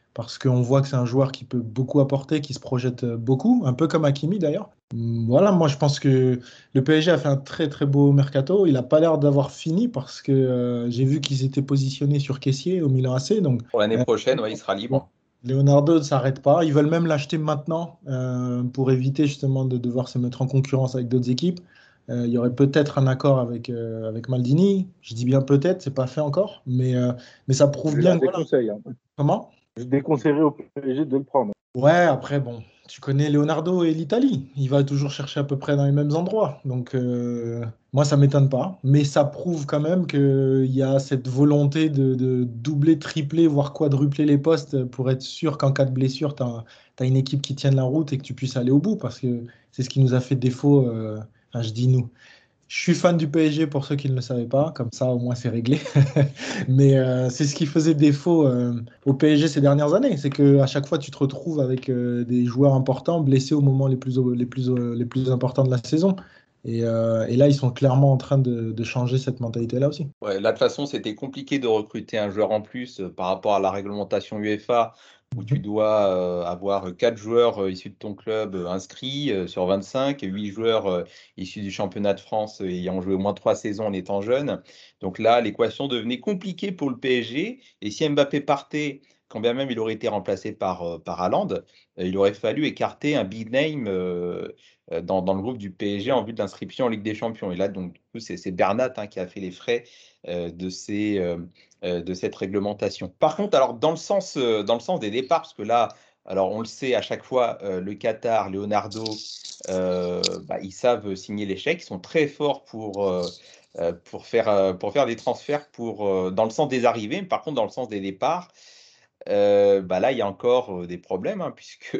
parce qu'on voit que c'est un joueur qui peut beaucoup apporter, qui se projette beaucoup, un peu comme Hakimi d'ailleurs. Voilà, moi je pense que le P S G a fait un très très beau mercato. Il n'a pas l'air d'avoir fini parce que euh, j'ai vu qu'ils s'étaient positionnés sur caissier au Milan A C. Donc Pour l'année euh, prochaine, ouais, il sera bon, libre. Leonardo ne s'arrête pas. Ils veulent même l'acheter maintenant euh, pour éviter justement de devoir se mettre en concurrence avec d'autres équipes. Euh, il y aurait peut-être un accord avec, euh, avec Maldini. Je dis bien peut-être, c'est pas fait encore, mais, euh, mais ça prouve Je bien la que voilà. déconseille. Hein. Comment? Je déconseillerais au P S G de le prendre. Ouais, après, bon, tu connais Leonardo et l'Italie. Il va toujours chercher à peu près dans les mêmes endroits. Donc, euh, moi, ça m'étonne pas. Mais ça prouve quand même qu'il y a cette volonté de, de doubler, tripler, voire quadrupler les postes pour être sûr qu'en cas de blessure, tu as, une équipe qui tienne la route et que tu puisses aller au bout. Parce que c'est ce qui nous a fait défaut. euh, Enfin, je dis nous. Je suis fan du P S G pour ceux qui ne le savaient pas, comme ça au moins c'est réglé. Mais euh, c'est ce qui faisait défaut euh, au P S G ces dernières années, c'est que à chaque fois tu te retrouves avec euh, des joueurs importants blessés au moment les plus, les plus, les plus importants de la saison. Et, euh, et là, ils sont clairement en train de, de changer cette mentalité-là aussi. Ouais, là, de toute façon, c'était compliqué de recruter un joueur en plus euh, par rapport à la réglementation UEFA, où tu Mhm. dois euh, avoir quatre joueurs euh, issus de ton club euh, inscrits euh, sur vingt-cinq, et huit joueurs euh, issus du championnat de France euh, ayant joué au moins trois saisons en étant jeunes. Donc là, l'équation devenait compliquée pour le P S G. Et si Mbappé partait, quand bien même il aurait été remplacé par, euh, par Haaland, euh, il aurait fallu écarter un big name euh, euh, dans, dans le groupe du P S G en vue de l'inscription en Ligue des Champions. Et là, donc, du coup, c'est c'est Bernat hein, qui a fait les frais euh, de, ces, euh, euh, de cette réglementation. Par contre, alors dans le sens, euh, dans le sens des départs, parce que là, alors on le sait à chaque fois, euh, le Qatar, Leonardo, euh, bah, ils savent signer les chèques, ils sont très forts pour, euh, euh, pour, faire, euh, pour faire des transferts pour, euh, dans le sens des arrivées, mais par contre, dans le sens des départs, euh, bah là, il y a encore euh, des problèmes, hein, puisque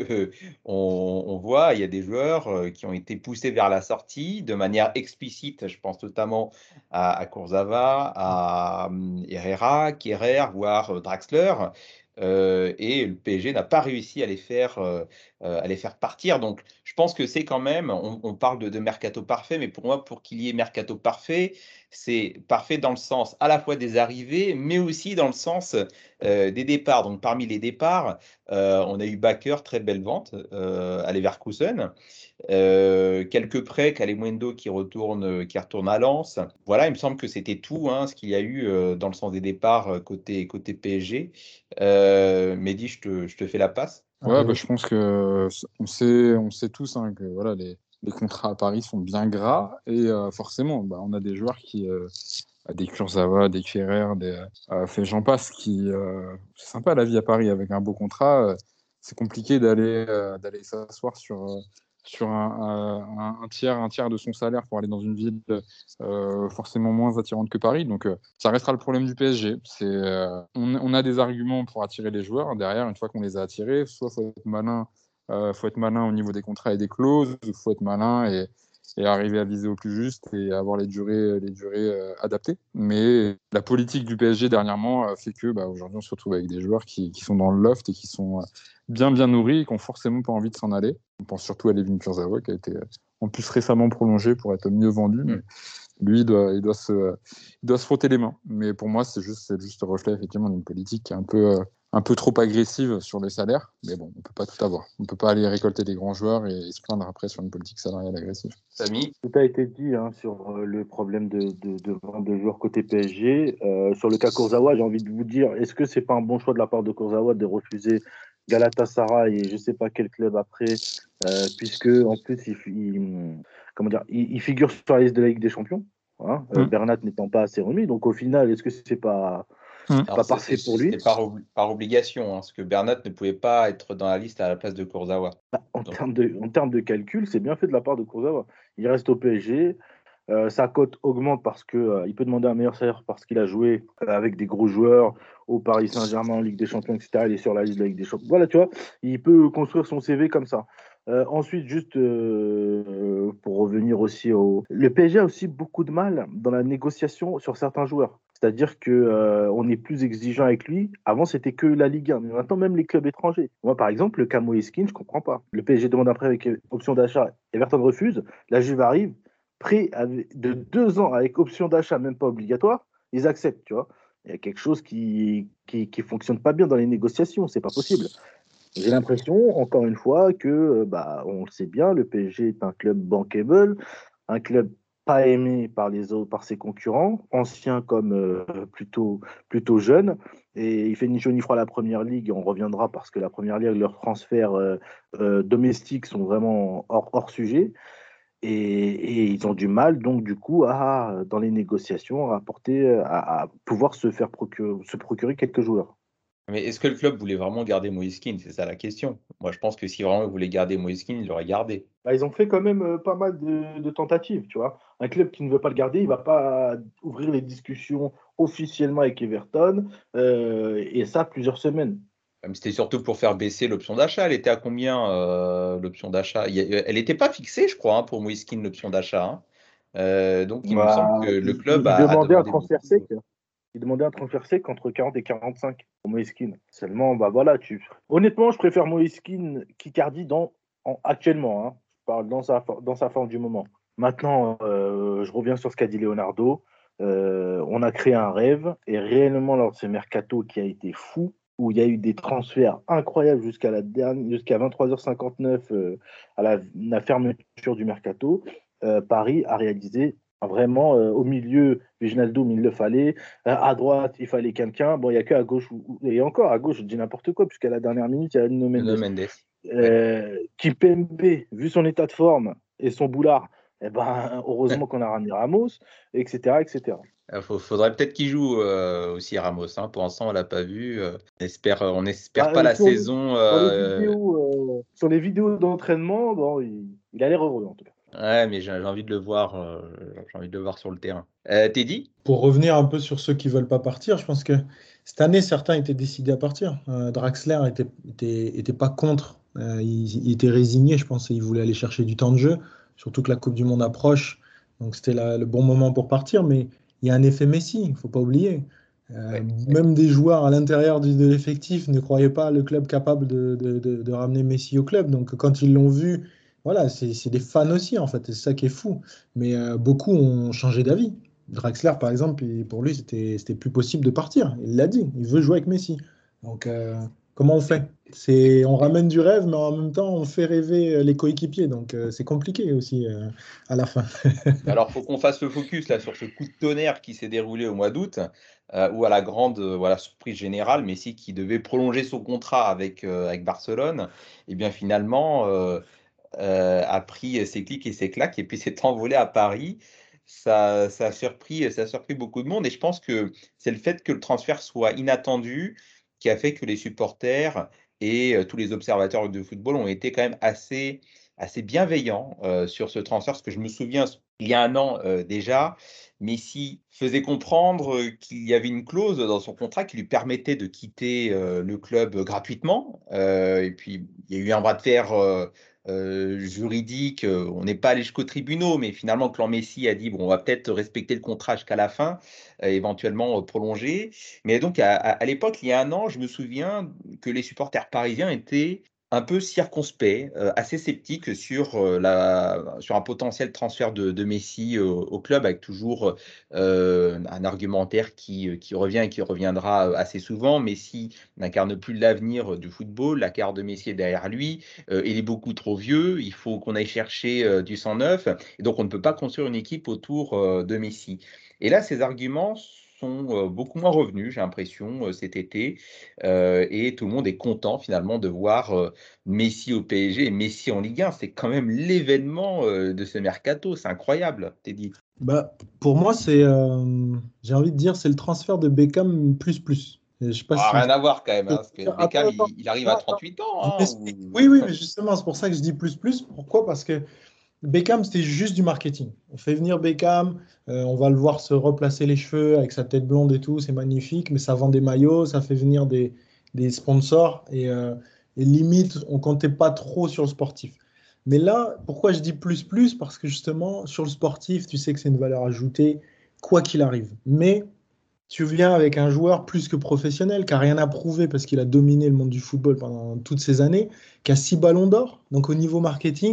on, on voit, il y a des joueurs euh, qui ont été poussés vers la sortie de manière explicite. Je pense notamment à, à Kurzawa, à hum, Herrera, Kehrer, voire euh, Draxler. Euh, et le P S G n'a pas réussi à les faire, euh, euh, à les faire partir. Donc, je pense que c'est quand même, on, on parle de, de mercato parfait, mais pour moi, pour qu'il y ait mercato parfait, c'est parfait dans le sens à la fois des arrivées, mais aussi dans le sens euh, des départs. Donc, parmi les départs, euh, on a eu Bakker, très belle vente euh, à Leverkusen. Euh, quelques prêts, Kalimundo qui retourne, qui retourne à Lens. Voilà, il me semble que c'était tout hein, ce qu'il y a eu euh, dans le sens des départs euh, côté, côté P S G. Euh, Mehdi, je te, je te fais la passe. Ouais, Allez. bah, je pense que on sait, on sait tous hein, que voilà, les, les contrats à Paris sont bien gras et euh, forcément, bah, on a des joueurs qui, euh, des Kurzawa, des Kehrer, des euh, fait j'en passe, qui euh, c'est sympa la vie à Paris avec un beau contrat. Euh, c'est compliqué d'aller euh, d'aller s'asseoir sur euh, sur un, un, un tiers un tiers de son salaire pour aller dans une ville euh, forcément moins attirante que Paris. Donc euh, ça restera le problème du P S G. C'est euh, on, on a des arguments pour attirer les joueurs. Derrière, une fois qu'on les a attirés, soit faut être malin, euh, faut être malin au niveau des contrats et des clauses, il faut être malin et et arriver à viser au plus juste et avoir les durées, les durées euh, adaptées. Mais la politique du P S G dernièrement euh, fait que bah, aujourd'hui on se retrouve avec des joueurs qui, qui sont dans le loft et qui sont euh, bien bien nourris et qui n'ont forcément pas envie de s'en aller. On pense surtout à Levin Kurzawa qui a été euh, en plus récemment prolongé pour être mieux vendu. Mais lui, il doit, il, doit se, il doit se frotter les mains. Mais pour moi, c'est juste, c'est juste le reflet effectivement d'une politique qui est un peu, euh, un peu trop agressive sur les salaires. Mais bon, on ne peut pas tout avoir. On ne peut pas aller récolter des grands joueurs et, et se plaindre après sur une politique salariale agressive. Samy ? Tout a été dit hein, sur euh, le problème de, de, de vente de joueurs côté P S G. Euh, sur le cas Kurzawa, j'ai envie de vous dire, est-ce que c'est pas un bon choix de la part de Kurzawa de refuser Galatasaray et je sais pas quel club après, euh, puisque en plus il, il, comment dire, il, il figure sur la liste de la Ligue des Champions, hein, euh, Mm. Bernat n'étant pas assez remis. Donc au final, est-ce que c'est pas Mm. pas parfait pour lui? C'est par, ob par obligation, hein, parce que Bernat ne pouvait pas être dans la liste à la place de Kurzawa. Bah, en Donc, termes de, en termes de calcul, c'est bien fait de la part de Kurzawa. Il reste au P S G. Euh, sa cote augmente parce qu'il euh, peut demander un meilleur salaire parce qu'il a joué euh, avec des gros joueurs au Paris Saint-Germain en Ligue des Champions, et cetera. Il est sur la liste de la Ligue des Champions. Voilà, tu vois, il peut construire son C V comme ça. Euh, ensuite, juste euh, pour revenir aussi au... Le P S G a aussi beaucoup de mal dans la négociation sur certains joueurs. C'est-à-dire qu'on euh, est plus exigeant avec lui. Avant, c'était que la Ligue un. Mais maintenant, même les clubs étrangers. Moi, par exemple, le Camo Eskin, je ne comprends pas. Le P S G demande un prêt avec option d'achat. Everton refuse. La Juve arrive. Prêt de deux ans avec option d'achat, même pas obligatoire, ils acceptent, tu vois. Il y a quelque chose qui qui, qui fonctionne pas bien dans les négociations, c'est pas possible. J'ai l'impression, encore une fois, que bah, on le sait bien, le P S G est un club bankable, un club pas aimé par les autres, par ses concurrents, anciens comme euh, plutôt plutôt jeunes. Et il fait ni chaud ni froid la première ligue. On reviendra parce que la première ligue, leurs transferts euh, euh, domestiques sont vraiment hors, hors sujet. Et, et ils ont du mal, donc, du coup, à, dans les négociations, à, apporter, à, à pouvoir se faire procurer, se procurer quelques joueurs. Mais est-ce que le club voulait vraiment garder Moise Kean? C'est ça la question. Moi, je pense que si vraiment il voulait garder Moise Kean, il l'aurait gardé. Bah, ils ont fait quand même euh, pas mal de, de tentatives, tu vois. Un club qui ne veut pas le garder, il va pas ouvrir les discussions officiellement avec Everton, euh, et ça plusieurs semaines. Mais c'était surtout pour faire baisser l'option d'achat. Elle était à combien, euh, l'option d'achat? Il y a- Elle n'était pas fixée, je crois, hein, pour Moise Kean, l'option d'achat, hein. Euh, donc, il me semble Bah, que le il, club il a, a demandait un demandé transfert beaucoup. sec. Il demandait un transfert sec entre quarante et quarante-cinq pour Moise Kean. Seulement, bah voilà, tu. Honnêtement, je préfère Moise Kean qu'Icardi dans en- actuellement. Hein. Je parle dans sa dans sa forme du moment. Maintenant, euh, je reviens sur ce qu'a dit Leonardo. Euh, on a créé un rêve et réellement lors de ce mercato qui a été fou, où il y a eu des transferts incroyables jusqu'à la dernière, jusqu'à vingt-trois heures cinquante-neuf euh, à la, la fermeture du mercato, euh, Paris a réalisé vraiment euh, au milieu, Wijnaldum, il le fallait. Euh, à droite, il fallait quelqu'un. Bon, il n'y a qu'à gauche, où- et encore à gauche, je dis n'importe quoi, puisqu'à la dernière minute, il y a Nuno Nuno Mendes. Mendes. Ouais. Euh, Kimpembe, vu son état de forme et son boulard, eh ben, heureusement qu'on a ramené Ramos, et cetera, et cetera. Il faudrait peut-être qu'il joue euh, aussi Ramos, hein. Pour l'instant, on l'a pas vu. Euh, on espère, on espère Bah, pas la sur, saison. sur les euh, vidéos, euh, sur les vidéos d'entraînement, bon, il, il a l'air heureux en tout cas. Ouais, mais j'ai j'ai envie de le voir. euh, J'ai envie de le voir sur le terrain. Euh, Teddy? Pour revenir un peu sur ceux qui veulent pas partir, je pense que cette année, certains étaient décidés à partir. Euh, Draxler était, était, était pas contre. Euh, il, il était résigné, je pense, et il voulait aller chercher du temps de jeu, surtout que la Coupe du Monde approche. Donc c'était la- le bon moment pour partir. Mais il y a un effet Messi, il faut pas oublier. Euh, Ouais. même des joueurs à l'intérieur du- de l'effectif ne croyaient pas le club capable de, de- de- de ramener Messi au club. Donc quand ils l'ont vu, voilà, c'est c'est des fans aussi, en fait. C'est ça qui est fou. Mais euh, beaucoup ont changé d'avis. Draxler, par exemple, il- pour lui, c'était c'était plus possible de partir. Il l'a dit, il veut jouer avec Messi. Donc, euh, comment on fait? C'est, on ramène du rêve, mais en même temps, on fait rêver euh, les coéquipiers. Donc, euh, c'est compliqué aussi euh, à la fin. Alors, faut qu'on fasse le focus là sur ce coup de tonnerre qui s'est déroulé au mois d'août, euh, où à la grande euh, voilà, surprise générale, Messi qui devait prolonger son contrat avec, euh, avec Barcelone, et bien finalement euh, euh, a pris ses clics et ses claques et puis s'est envolé à Paris. Ça, ça a surpris, ça a surpris beaucoup de monde et je pense que c'est le fait que le transfert soit inattendu qui a fait que les supporters et euh, tous les observateurs de football ont été quand même assez, assez bienveillants euh, sur ce transfert. Parce que je me souviens, il y a un an euh, déjà, Messi faisait comprendre euh, qu'il y avait une clause dans son contrat qui lui permettait de quitter euh, le club gratuitement. Euh, et puis, il y a eu un bras de fer euh, euh, juridique. Euh, On n'est pas allé jusqu'aux tribunaux, mais finalement, le clan Messi a dit bon, on va peut-être respecter le contrat jusqu'à la fin, euh, éventuellement euh, prolonger. Mais donc, à, à- à l'époque, il y a un an, je me souviens que les supporters parisiens étaient un peu circonspect, euh, assez sceptique sur, euh, la, sur un potentiel transfert de, de Messi au, au club, avec toujours euh, un argumentaire qui, qui revient et qui reviendra assez souvent. Messi n'incarne plus l'avenir du football, la carte de Messi est derrière lui, euh, il est beaucoup trop vieux, il faut qu'on aille chercher euh, du sang neuf, et donc on ne peut pas construire une équipe autour euh, de Messi. Et là, ces arguments sont euh, beaucoup moins revenus, j'ai l'impression, euh, cet été, euh, et tout le monde est content finalement de voir euh, Messi au P S G et Messi en Ligue un. C'est quand même l'événement euh, de ce mercato, c'est incroyable, Teddy. Bah, pour moi, c'est, euh, j'ai envie de dire, c'est le transfert de Beckham plus plus. Et je sais pas Ah, si. rien à voir quand même, hein, parce que Attends, Beckham, attends. il, il arrive Non, à attends. trente-huit ans. Je Hein, m'explique. ou... Oui, oui, mais justement, c'est pour ça que je dis plus plus. Pourquoi? Parce que Beckham, c'était juste du marketing. On fait venir Beckham, euh, on va le voir se replacer les cheveux avec sa tête blonde et tout, c'est magnifique, mais ça vend des maillots, ça fait venir des, des sponsors et, euh, et limite, on comptait pas trop sur le sportif. Mais là, pourquoi je dis plus plus? Parce que justement, sur le sportif, tu sais que c'est une valeur ajoutée, quoi qu'il arrive. Mais tu viens avec un joueur plus que professionnel, qui n'a rien à prouver parce qu'il a dominé le monde du football pendant toutes ces années, qui a six ballons d'or. Donc au niveau marketing,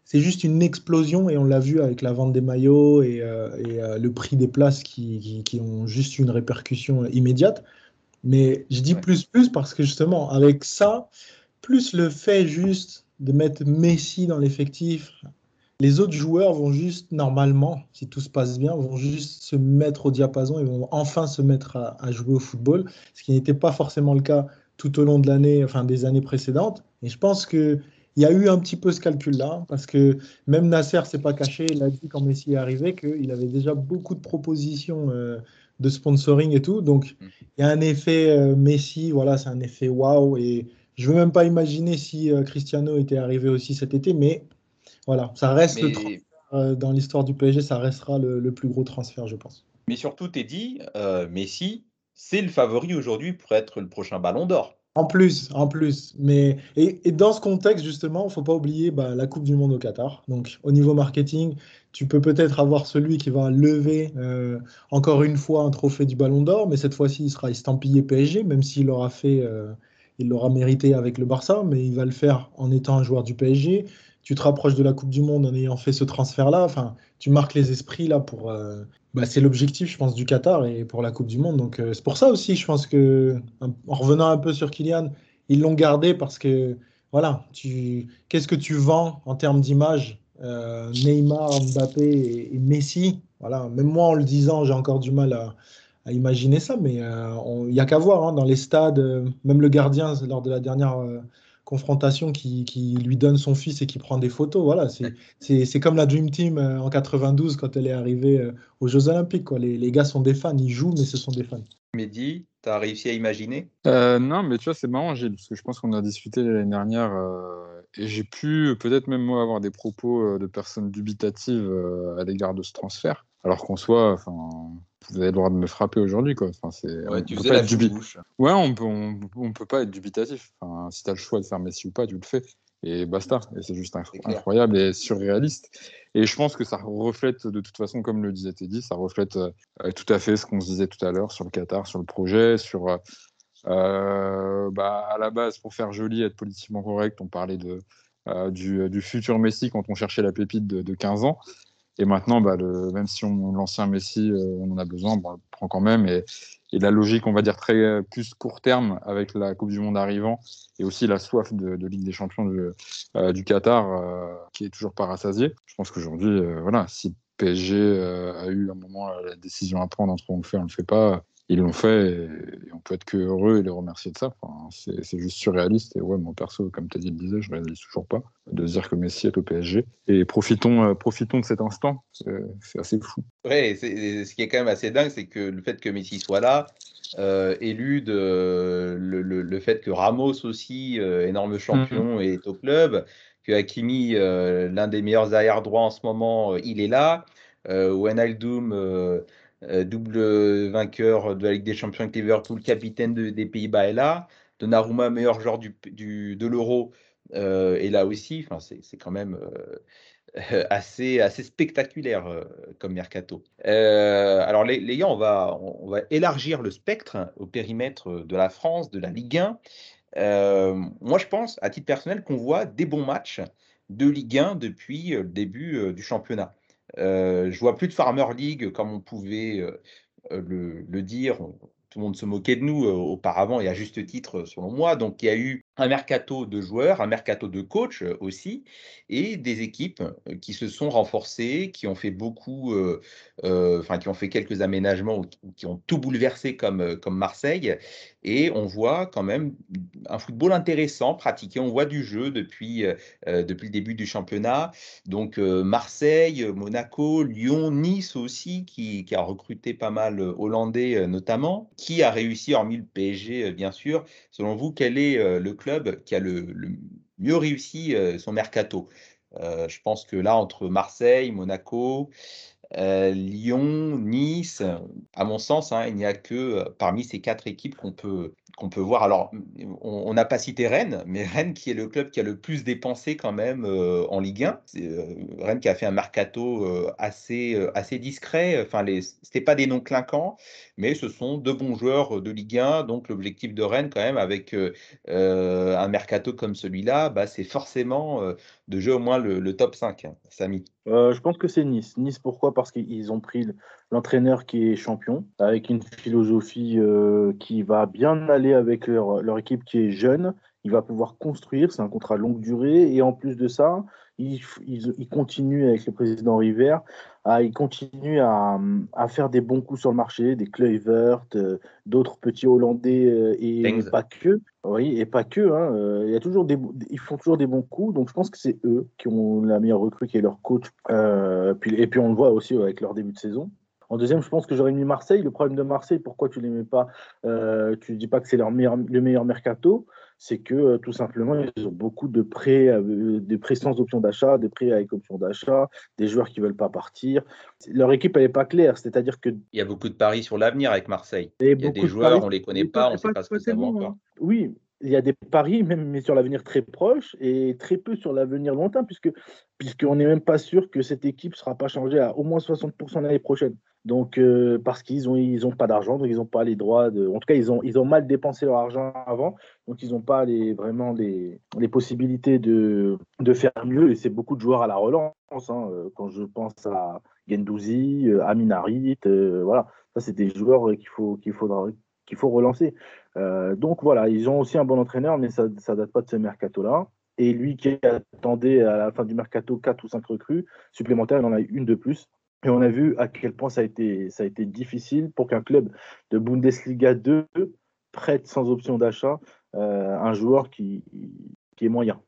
c'est juste une explosion et on l'a vu avec la vente des maillots et, euh, et, euh, le prix des places qui, qui- qui ont juste une répercussion immédiate. Mais je dis Ouais. plus plus parce que justement, avec ça, plus le fait juste de mettre Messi dans l'effectif, les autres joueurs vont juste, normalement, si tout se passe bien, vont juste se mettre au diapason et vont enfin se mettre à, à jouer au football, ce qui n'était pas forcément le cas tout au long de l'année, enfin des années précédentes. Et je pense qu'il y a eu un petit peu ce calcul-là, parce que même Nasser s'est pas caché, il a dit quand Messi est arrivé qu'il avait déjà beaucoup de propositions euh, de sponsoring et tout. Donc Mm. il y a un effet euh, Messi, voilà, c'est un effet waouh. Et je veux même pas imaginer si euh, Cristiano était arrivé aussi cet été, mais voilà, ça reste le transfert Mais, euh, dans l'histoire du P S G, ça restera le, le plus gros transfert, je pense. mais surtout, t'es dit, euh, Messi, c'est le favori aujourd'hui pour être le prochain Ballon d'Or. En plus, en plus. Mais, et, et dans ce contexte, justement, il ne faut pas oublier bah, la Coupe du Monde au Qatar. Donc, au niveau marketing, tu peux peut-être avoir celui qui va lever euh, encore une fois un trophée du Ballon d'Or, mais cette fois-ci, il sera estampillé P S G, même s'il l'aura fait, euh, il l'aura mérité avec le Barça, mais il va le faire en étant un joueur du P S G. Tu te rapproches de la Coupe du Monde en ayant fait ce transfert-là. Enfin, tu marques les esprits là pour. euh, bah, c'est l'objectif, je pense, du Qatar et pour la Coupe du Monde. Donc, euh, c'est pour ça aussi, je pense que, en en revenant un peu sur Kylian, ils l'ont gardé parce que, voilà, tu, qu'est-ce que tu vends en termes d'image? Euh, Neymar, Mbappé et, et Messi. Voilà, même moi, en le disant, j'ai encore du mal à, à imaginer ça, mais euh, on- il n'y a qu'à voir hein, dans les stades, euh, même le gardien, lors de la dernière euh, confrontation, qui, qui lui donne son fils et qui prend des photos. Voilà, c'est, c'est, c'est comme la Dream Team euh, en quatre-vingt-douze quand elle est arrivée euh, aux Jeux Olympiques, quoi. Les, les gars sont des fans, ils jouent, mais ce sont des fans. Mehdi, t'as réussi à imaginer? Euh, non, mais tu vois, c'est marrant, Gilles, parce que je pense qu'on a discuté l'année dernière euh, et j'ai pu peut-être même moi avoir des propos euh, de personnes dubitatives euh, à l'égard de ce transfert, alors qu'en soi, enfin, vous avez le droit de me frapper aujourd'hui, quoi. Enfin, c'est, Ouais, on tu peut faisais pas la être fine dubi... bouche. Ouais, on peut, on, on peut pas être dubitatif. Enfin, si tu as le choix de faire Messi ou pas, tu le fais et basta. Et c'est juste C'est inc- clair. incroyable et surréaliste. Et je pense que ça reflète de toute façon, comme le disait Teddy, ça reflète euh, tout à fait ce qu'on se disait tout à l'heure sur le Qatar, sur le projet, sur euh, euh, bah, à la base, pour faire joli, être politiquement correct, on parlait de, euh, du, du futur Messi quand on cherchait la pépite de, de quinze ans. Et maintenant, bah, le, même si on, l'ancien Messi, euh, on en a besoin, bon, on le prend quand même. Et, et la logique, on va dire, très euh, plus court terme avec la Coupe du Monde arrivant et aussi la soif de, de Ligue des Champions du, euh, du Qatar euh, qui est toujours pas rassasiée. Je pense qu'aujourd'hui, euh, voilà, si P S G euh, a eu un moment la décision à prendre entre on le fait, on le fait pas, ils l'ont fait et, et on peut être que heureux et les remercier de ça. Enfin, c'est, c'est juste surréaliste. Et ouais, mon perso, comme Teddy le disait, je ne réalise toujours pas de se dire que Messi est au P S G. Et profitons, euh, profitons de cet instant. C'est, c'est assez fou. Ouais, c'est, ce qui est quand même assez dingue, c'est que le fait que Messi soit là, euh, élude euh, le, le, le fait que Ramos aussi, euh, énorme Mm-hmm. champion, est au club, que Hakimi, euh, l'un des meilleurs arrière droits en ce moment, euh, il est là. Euh, Wijnaldum, euh, euh, double vainqueur de la Ligue des Champions avec Liverpool, capitaine de- des Pays-Bas est là. Donnarumma, meilleur joueur du, du, de l'Euro, euh, est là aussi. Enfin, c'est, c'est quand même euh, assez, assez spectaculaire euh, comme mercato. Euh, alors les, les gars, on va, on va élargir le spectre au périmètre de la France, de la Ligue un. Euh, moi, je pense, à titre personnel, qu'on voit des bons matchs de Ligue un depuis le début euh, du championnat. Euh, je vois plus de Farmer League comme on pouvait euh, euh, le, le dire. On- tout le monde se moquait de nous euh, auparavant et à juste titre, selon moi. Donc, il y a eu un mercato de joueurs, un mercato de coachs euh, aussi, et des équipes euh, qui se sont renforcées, qui ont fait beaucoup, euh, euh, enfin, qui ont fait quelques aménagements ou qui, ou qui ont tout bouleversé comme, euh, comme Marseille. Et on voit quand même un football intéressant pratiqué. On voit du jeu depuis, euh, euh, depuis le début du championnat. Donc euh, Marseille, Monaco, Lyon, Nice aussi, qui, qui a recruté pas mal euh, Hollandais euh, notamment. Qui a réussi, hormis le P S G euh, bien sûr. Selon vous, quel est euh, le club qui a le, le mieux réussi euh, son mercato? Euh, je pense que là, entre Marseille, Monaco, Euh, Lyon, Nice, à mon sens, hein, il n'y a que euh, parmi ces quatre équipes qu'on peut, qu'on peut voir. Alors, on on n'a pas cité Rennes, mais Rennes qui est le club qui a le plus dépensé quand même euh, en Ligue un. C'est, euh, Rennes qui a fait un mercato euh, assez, euh, assez discret. Enfin, les, c'était pas des noms clinquants, mais ce sont deux bons joueurs de Ligue un. Donc, l'objectif de Rennes, quand même, avec euh, euh, un mercato comme celui-là, bah, c'est forcément euh, de jouer au moins le, le top cinq, hein, Samy. Euh, je pense que c'est Nice. Nice, pourquoi? Parce qu'ils ont pris l'entraîneur qui est champion, avec une philosophie euh, qui va bien aller avec leur, leur équipe qui est jeune. Il va pouvoir construire, c'est un contrat longue durée. Et en plus de ça, il, il, il continue avec le président River, à, il continue à, à faire des bons coups sur le marché, des Kluivert, euh, d'autres petits Hollandais euh, et Stengs. pas que. Oui, et pas que, hein, euh, il y a toujours des, ils font toujours des bons coups, donc je pense que c'est eux qui ont la meilleure recrue qui est leur coach. Euh, puis, et puis on le voit aussi avec leur début de saison. En deuxième, je pense que j'aurais mis Marseille. Le problème de Marseille, pourquoi tu ne les mets pas, euh, tu ne dis pas que c'est leur meilleur, le meilleur mercato, c'est que euh, tout simplement, ils ont beaucoup de prêts, euh, des prêts sans option d'achat, des prêts avec option d'achat, des joueurs qui ne veulent pas partir. Leur équipe, elle n'est pas claire, c'est-à-dire que Il y a beaucoup de paris sur l'avenir avec Marseille. et Il y a des beaucoup de joueurs, paris, on ne les connaît mais pas, pas, on ne sait pas, pas ce pas que ça vaut tellement, hein. encore. Oui, il y a des paris, même mais sur l'avenir très proche et très peu sur l'avenir lointain, puisque puisqu'on n'est même pas sûr que cette équipe ne sera pas changée à au moins soixante pour cent l'année prochaine. Donc, euh, parce qu'ils n'ont ils ont pas d'argent, donc ils n'ont pas les droits de. En tout cas, ils ont, ils ont mal dépensé leur argent avant, donc ils n'ont pas les, vraiment les, les possibilités de, de faire mieux. Et c'est beaucoup de joueurs à la relance, hein. Quand je pense à Guendouzi, euh, Amin Harit, euh, voilà. Ça, c'est des joueurs qu'il faut, qu'il faudra, qu'il faut relancer. Euh, donc voilà, ils ont aussi un bon entraîneur, mais ça ne date pas de ce mercato-là. Et lui qui attendait à la fin du mercato quatre ou cinq recrues supplémentaires, il en a eu une de plus. Et on a vu à quel point ça a été, ça a été difficile pour qu'un club de Bundesliga deux prête sans option d'achat euh, un joueur qui, qui est moyen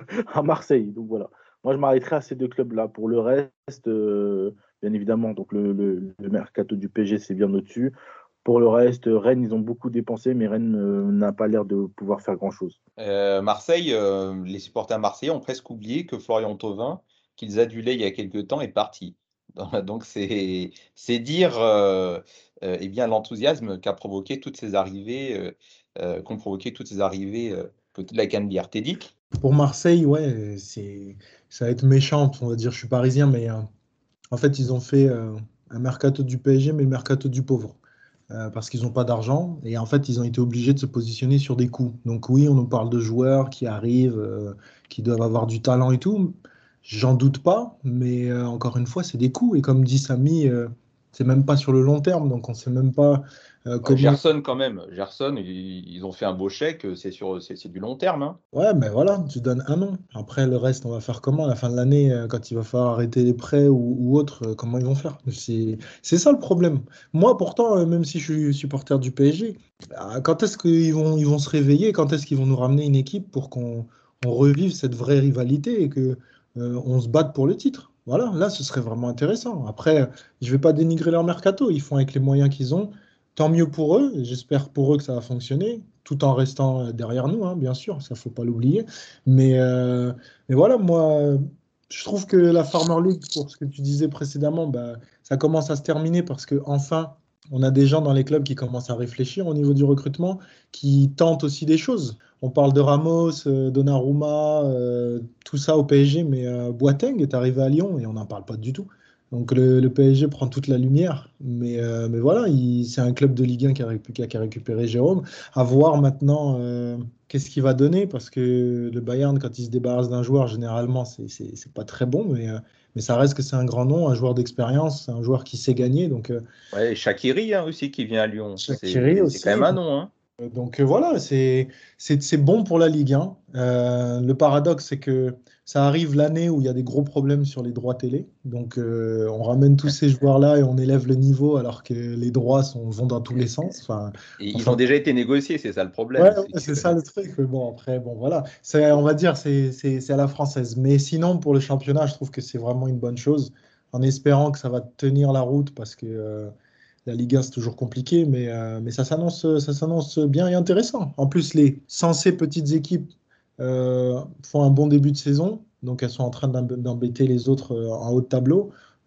à Marseille. Donc voilà. Moi, je m'arrêterai à ces deux clubs-là. Pour le reste, euh, bien évidemment, donc le, le, le mercato du P S G, c'est bien au-dessus. Pour le reste, Rennes, ils ont beaucoup dépensé, mais Rennes euh, n'a pas l'air de pouvoir faire grand-chose. Euh, Marseille, euh, les supporters marseillais ont presque oublié que Florian Thauvin, qu'ils adulaient il y a quelque temps, est parti. Donc c'est c'est dire euh, euh, eh bien l'enthousiasme qu'a provoqué toutes ces arrivées, euh, euh, qu'ont provoqué toutes ces arrivées euh, côté de la Canebière. T'es dit? Pour Marseille, ouais, c'est, ça va être méchant, on va dire, je suis parisien, mais euh, en fait, ils ont fait euh, un mercato du P S G, mais le mercato du pauvre. Euh, parce qu'ils n'ont pas d'argent et en fait, ils ont été obligés de se positionner sur des coûts. Donc oui, on nous parle de joueurs qui arrivent, euh, qui doivent avoir du talent et tout. J'en doute pas, mais euh, encore une fois, c'est des coûts. Et comme dit Samy, euh, c'est même pas sur le long terme, donc on sait même pas euh, Ouais, comment. Gerson quand même. Gerson, ils, ils ont fait un beau chèque, c'est sur c'est c'est du long terme, hein. Ouais, mais voilà, tu donnes un an. Après, le reste, on va faire comment à la fin de l'année, euh, quand il va falloir arrêter les prêts ou, ou autre, euh, comment ils vont faire? C'est, c'est ça le problème. Moi, pourtant, euh, même si je suis supporter du P S G, ah, quand est-ce qu'ils vont, ils vont se réveiller? Quand est-ce qu'ils vont nous ramener une équipe pour qu'on on revive cette vraie rivalité et que euh, on se batte pour le titre? Voilà, là, ce serait vraiment intéressant. Après, je vais pas dénigrer leur mercato. Ils font avec les moyens qu'ils ont. Tant mieux pour eux. J'espère pour eux que ça va fonctionner, tout en restant euh, derrière nous, hein, bien sûr, ça faut pas l'oublier. Mais, euh, mais voilà, moi, euh, je trouve que la Farmer League, pour ce que tu disais précédemment, bah, ça commence à se terminer parce que enfin, on a des gens dans les clubs qui commencent à réfléchir au niveau du recrutement, qui tentent aussi des choses. On parle de Ramos, euh, Donnarumma, euh, tout ça au P S G, mais euh, Boateng est arrivé à Lyon et on n'en parle pas du tout. Donc le, le P S G prend toute la lumière, mais, euh, mais voilà, il- c'est un club de Ligue un qui a, récu- qui a- qui a récupéré Jérôme. À voir maintenant euh, qu'est-ce qu'il va donner, parce que le Bayern, quand il se débarrasse d'un joueur, généralement, c'est c'est- c'est pas très bon, mais, euh, mais ça reste que c'est un grand nom, un joueur d'expérience, un joueur qui sait gagner. Donc euh, Ouais, et Shaqiri hein, aussi qui vient à Lyon. Shaqiri C'est c'est quand même aussi. un nom, hein. Euh, Donc euh, voilà, c'est c'est c'est bon pour la Ligue un. Euh, le paradoxe, c'est que ça arrive l'année où il y a des gros problèmes sur les droits télé. Donc euh, on ramène tous ces joueurs-là et on élève le niveau alors que les droits sont, vont dans tous les sens. Enfin, Et ils ont enfin déjà été négociés, c'est ça le ouais, problème. C'est ouais, c'est que ça le truc. Mais bon, après, bon, voilà. C'est, on va dire, c'est c'est- c'est à la française. Mais sinon, pour le championnat, je trouve que c'est vraiment une bonne chose, en espérant que ça va tenir la route parce que euh, la Ligue un, c'est toujours compliqué, mais, euh, mais ça s'annonce, ça s'annonce bien et intéressant. En plus, les censées petites équipes euh, font un bon début de saison, donc elles sont en train d'emb- d'embêter les autres euh, en haut de tableau.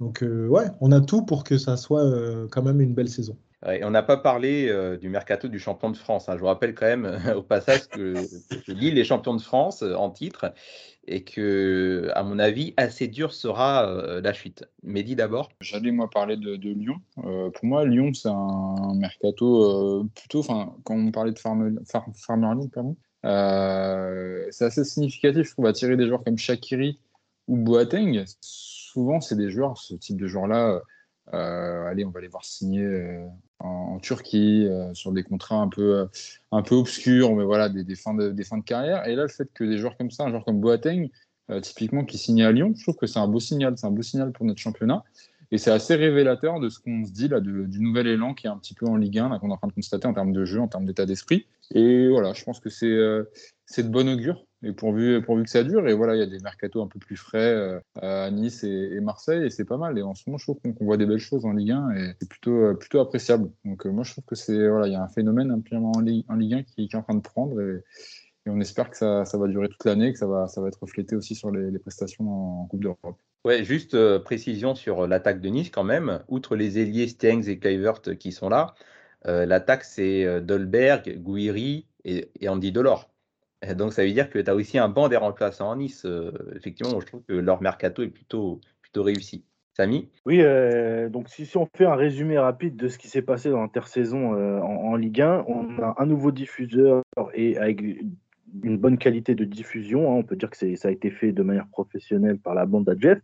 Donc, euh, ouais, on a tout pour que ça soit euh, quand même une belle saison. Ouais, on n'a pas parlé euh, du mercato du champion de France, hein. Je vous rappelle quand même euh, au passage que, que Lille est champion de France euh, en titre et que, à mon avis, assez dur sera euh, la chute. Mehdi d'abord. J'allais moi parler de, de Lyon. Euh, pour moi, Lyon, c'est un mercato euh, plutôt, enfin, quand on parlait de Farmer, Far, Farmer League, pardon, euh, c'est assez significatif. Je trouve attirer des joueurs comme Shaqiri ou Boateng. Souvent, c'est des joueurs, ce type de joueurs-là. Euh, allez, on va les voir signer euh, en, en Turquie euh, sur des contrats un peu, euh, un peu obscurs, mais voilà, des, des, fins de, des fins de carrière. Et là, le fait que des joueurs comme ça, un joueur comme Boateng, euh, typiquement qui signe à Lyon, je trouve que c'est un beau signal, c'est un beau signal pour notre championnat. Et c'est assez révélateur de ce qu'on se dit là, de, du nouvel élan qui est un petit peu en Ligue un, là, qu'on est en train de constater en termes de jeu, en termes d'état d'esprit. Et voilà, je pense que c'est, euh, c'est de bon augure. Et pourvu, pourvu que ça dure, et voilà, il y a des mercatos un peu plus frais euh, à Nice et, et Marseille, et c'est pas mal. Et en ce moment, je trouve qu'on, qu'on voit des belles choses en Ligue un, et c'est plutôt, euh, plutôt appréciable. Donc euh, moi, je trouve que c'est, voilà, il y a un phénomène un en, Ligue, en Ligue un qui, qui est en train de prendre, et, et on espère que ça, ça va durer toute l'année, que ça va, ça va être reflété aussi sur les, les prestations en, en Coupe d'Europe. Ouais, juste euh, précision sur l'attaque de Nice quand même. Outre les ailiers Stengs et Kluivert qui sont là, euh, l'attaque c'est euh, Dolberg, Gouiri et, et Andy Delors. Donc ça veut dire que tu as aussi un banc des remplaçants en Nice. Euh, effectivement, je trouve que leur mercato est plutôt, plutôt réussi. Samy ? Oui, euh, donc si, si on fait un résumé rapide de ce qui s'est passé dans l'intersaison euh, en, en Ligue un, on a un nouveau diffuseur et avec une bonne qualité de diffusion, hein, on peut dire que c'est, ça a été fait de manière professionnelle par la bande à Jeff.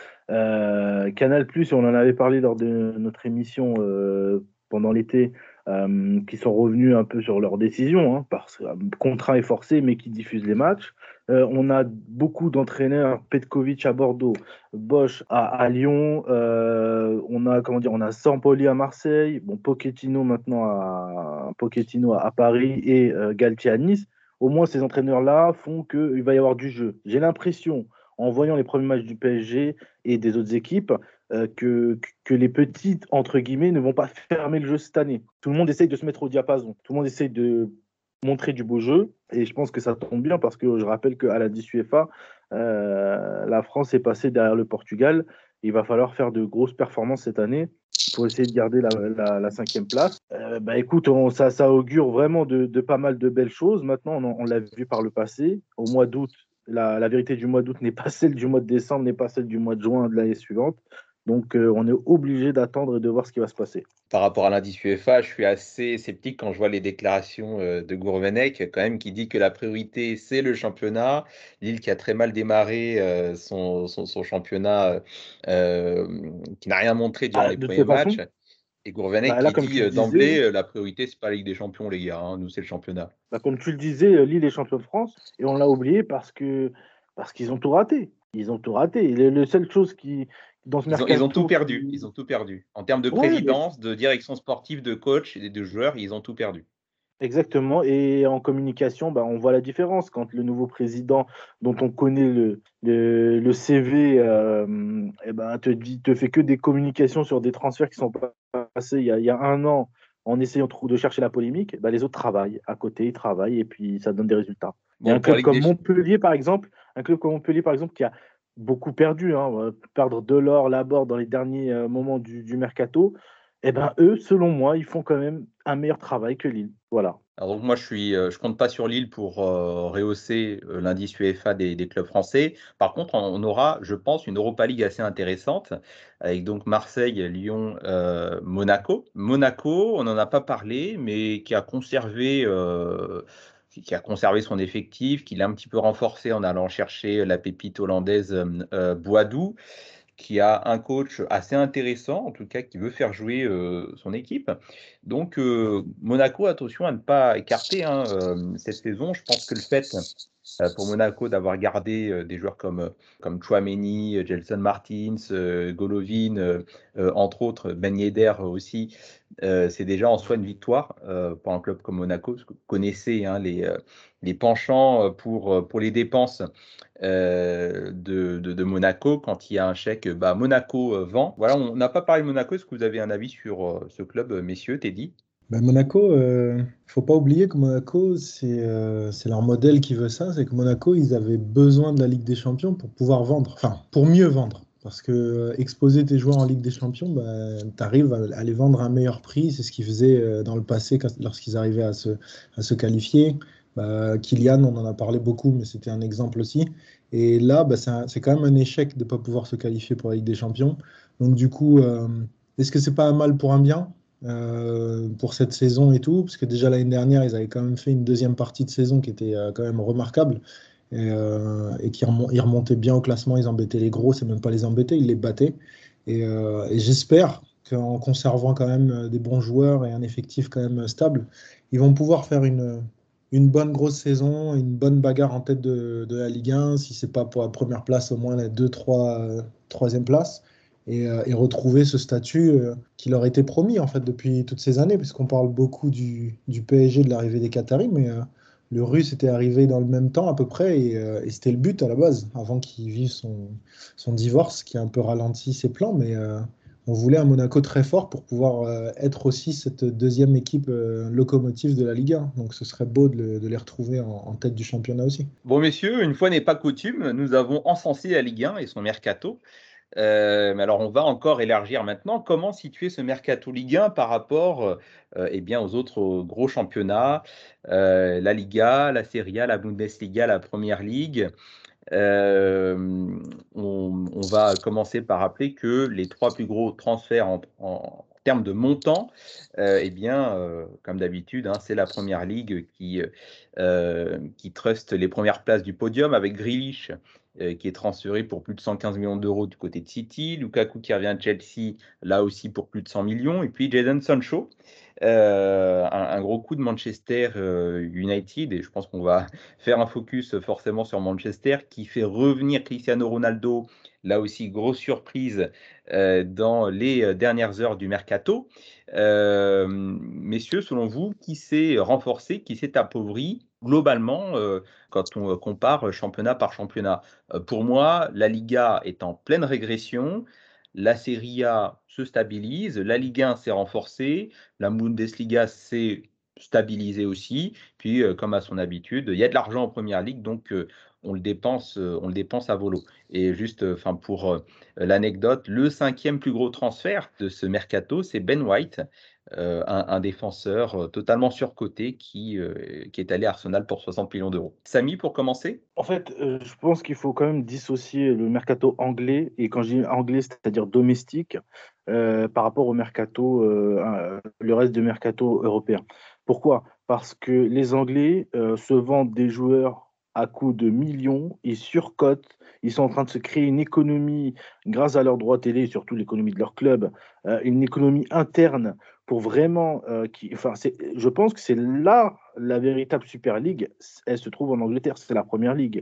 Euh, Canal+, on en avait parlé lors de notre émission euh, pendant l'été, euh, qui sont revenus un peu sur leurs décisions, hein, parce que contraints et forcés, mais qui diffusent les matchs. Euh, on a beaucoup d'entraîneurs, Petkovic à Bordeaux, Bosch à, à Lyon, euh, on a comment dire, on a Sampoli à Marseille, bon Pochettino maintenant à Pochettino à, à Paris et euh, Galtier à Nice. Au moins ces entraîneurs-là font qu'il va y avoir du jeu. J'ai l'impression, en voyant les premiers matchs du P S G et des autres équipes, euh, que, que les petites, entre guillemets, ne vont pas fermer le jeu cette année. Tout le monde essaye de se mettre au diapason. Tout le monde essaye de montrer du beau jeu. Et je pense que ça tombe bien parce que je rappelle qu'à la dix UEFA, euh, la France est passée derrière le Portugal. Il va falloir faire de grosses performances cette année pour essayer de garder la, la, la cinquième place. Euh, bah, écoute, on, ça, ça augure vraiment de, de pas mal de belles choses. Maintenant, on, on l'a vu par le passé. Au mois d'août, la, la vérité du mois d'août n'est pas celle du mois de décembre, n'est pas celle du mois de juin de l'année suivante. Donc, euh, on est obligé d'attendre et de voir ce qui va se passer. Par rapport à l'indice UEFA, je suis assez sceptique quand je vois les déclarations euh, de Gourvenec, quand même, qui dit que la priorité, c'est le championnat. Lille qui a très mal démarré euh, son, son, son championnat, euh, qui n'a rien montré durant Ah, les de premiers toute façon, matchs. Et Gourvenec bah, là, qui comme dit tu le euh, disais, d'emblée, euh, la priorité, c'est pas la Ligue des Champions, les gars, hein, nous, c'est le championnat. bah, comme tu le disais, Lille est champion de France et on l'a oublié parce que parce qu'ils ont tout raté. Ils ont tout raté. Le, le seule chose qui dans ce Ils ont, mercato, ils ont tout perdu. qui... Ils ont tout perdu. En termes de ouais, mais présidence, de direction sportive, de coach et de joueurs, ils ont tout perdu. exactement. Et en communication, bah, on voit la différence quand le nouveau président, dont on connaît le, le, le C V, euh, eh ben, te, dit, te fait que des communications sur des transferts qui sont passés il y a, il y a un an en essayant de chercher la polémique. Bah, les autres travaillent à côté, ils travaillent et puis ça donne des résultats. Il y a Bon, un pour la club Ligue comme des Montpellier, par exemple, un club comme Montpellier, par exemple, qui a beaucoup perdu, hein, perdre Delors, Laborde dans les derniers euh, moments du, du mercato. Eh ben, eux, selon moi, ils font quand même un meilleur travail que Lille. Voilà. Alors donc moi je suis, euh, je compte pas sur Lille pour euh, rehausser euh, l'indice UEFA des, des clubs français. Par contre, on aura, je pense, une Europa League assez intéressante avec donc Marseille, Lyon, euh, Monaco. Monaco, on n'en a pas parlé, mais qui a conservé, euh, qui a conservé son effectif, qui l'a un petit peu renforcé en allant chercher la pépite hollandaise euh, Boadou, qui a un coach assez intéressant, en tout cas qui veut faire jouer euh, son équipe. Donc euh, Monaco, attention à ne pas écarter hein, euh, cette saison. Je pense que le fait euh, pour Monaco d'avoir gardé euh, des joueurs comme, comme Chouameni, Gelson Martins, euh, Golovin, euh, euh, entre autres, Ben Yedder aussi, euh, c'est déjà en soi une victoire euh, pour un club comme Monaco, parce que vous connaissez hein, les, euh, les penchants pour, pour les dépenses euh, de, de, de Monaco quand il y a un chèque, bah, Monaco euh, vend. Voilà, on n'a pas parlé de Monaco. Est-ce que vous avez un avis sur euh, ce club, euh, messieurs, Teddy? Ben, Monaco, il ne faut pas oublier que Monaco, c'est euh, c'est leur modèle qui veut ça. C'est que Monaco, ils avaient besoin de la Ligue des Champions pour pouvoir vendre, enfin, pour mieux vendre. Parce que euh, exposer tes joueurs en Ligue des Champions, bah, tu arrives à, à les vendre à un meilleur prix. C'est ce qu'ils faisaient euh, dans le passé quand- lorsqu'ils arrivaient à se, à se qualifier. Bah, Kylian, on en a parlé beaucoup, mais c'était un exemple aussi. Et là, bah, c'est un- c'est quand même un échec de ne pas pouvoir se qualifier pour la Ligue des Champions. Donc du coup, euh, est-ce que c'est pas un mal pour un bien euh, pour cette saison et tout? Parce que déjà l'année dernière, ils avaient quand même fait une deuxième partie de saison qui était euh, quand même remarquable et, euh, et qui remon- ils remontaient bien au classement, ils embêtaient les gros, c'est même pas les embêter, ils les battaient. Et, euh, et j'espère qu'en conservant quand même euh, des bons joueurs et un effectif quand même stable, ils vont pouvoir faire une, une bonne grosse saison, une bonne bagarre en tête de, de la Ligue un, si c'est pas pour la première place, au moins la deux trois euh, troisième place. Et, euh, et retrouver ce statut euh, qui leur était promis en fait depuis toutes ces années, puisqu'on parle beaucoup du, du P S G, de l'arrivée des Qataris, mais euh, le Russe était arrivé dans le même temps à peu près et, euh, et c'était le but à la base, avant qu'il vive son, son divorce qui a un peu ralenti ses plans. Mais euh, on voulait un Monaco très fort pour pouvoir euh, être aussi cette deuxième équipe euh, locomotive de la Ligue un. Donc ce serait beau de, le- de les retrouver en, en tête du championnat aussi. Bon, messieurs, une fois n'est pas coutume, nous avons encensé la Ligue un et son mercato. Euh, mais alors, on va encore élargir maintenant. Comment situer ce mercato Ligue un par rapport euh, eh bien, aux autres gros championnats, euh, la Liga, la Serie A, la Bundesliga, la Première Ligue. Euh, on, on va commencer par rappeler que les trois plus gros transferts en, en termes de montant, euh, eh bien, euh, comme d'habitude, hein, c'est la Première Ligue qui, euh, qui truste les premières places du podium avec Grealish euh, qui est transféré pour plus de cent quinze millions d'euros du côté de City, Lukaku qui revient à Chelsea, là aussi pour plus de cent millions, et puis Jadon Sancho, euh, un, un gros coup de Manchester euh, United, et je pense qu'on va faire un focus forcément sur Manchester qui fait revenir Cristiano Ronaldo, là aussi grosse surprise euh, dans les dernières heures du mercato. Euh, messieurs, selon vous, qui s'est renforcé, qui s'est appauvri globalement euh, quand on euh, compare championnat par championnat? Euh, pour moi, la Liga est en pleine régression. La Serie A se stabilise, la Ligue un s'est renforcée, la Bundesliga s'est stabilisée aussi. Puis, euh, comme à son habitude, il y a de l'argent en première ligue, donc euh, on le dépense, euh, on le dépense à volo. Et juste, enfin pour euh, l'anecdote, le cinquième plus gros transfert de ce mercato, c'est Ben White, euh, un, un défenseur euh, totalement surcoté qui, euh, qui est allé à Arsenal pour soixante millions d'euros. Samy, pour commencer? En fait, euh, je pense qu'il faut quand même dissocier le mercato anglais, et quand je dis anglais, c'est-à-dire domestique, euh, par rapport au mercato, euh, euh, le reste du mercato européen. Pourquoi? Parce que les Anglais euh, se vendent des joueurs à coût de millions, ils surcotent, ils sont en train de se créer une économie grâce à leurs droits télé, et surtout l'économie de leur club, euh, une économie interne pour vraiment, euh, qui, enfin, c'est, je pense que c'est là la véritable Super League, elle se trouve en Angleterre, c'est la Première Ligue.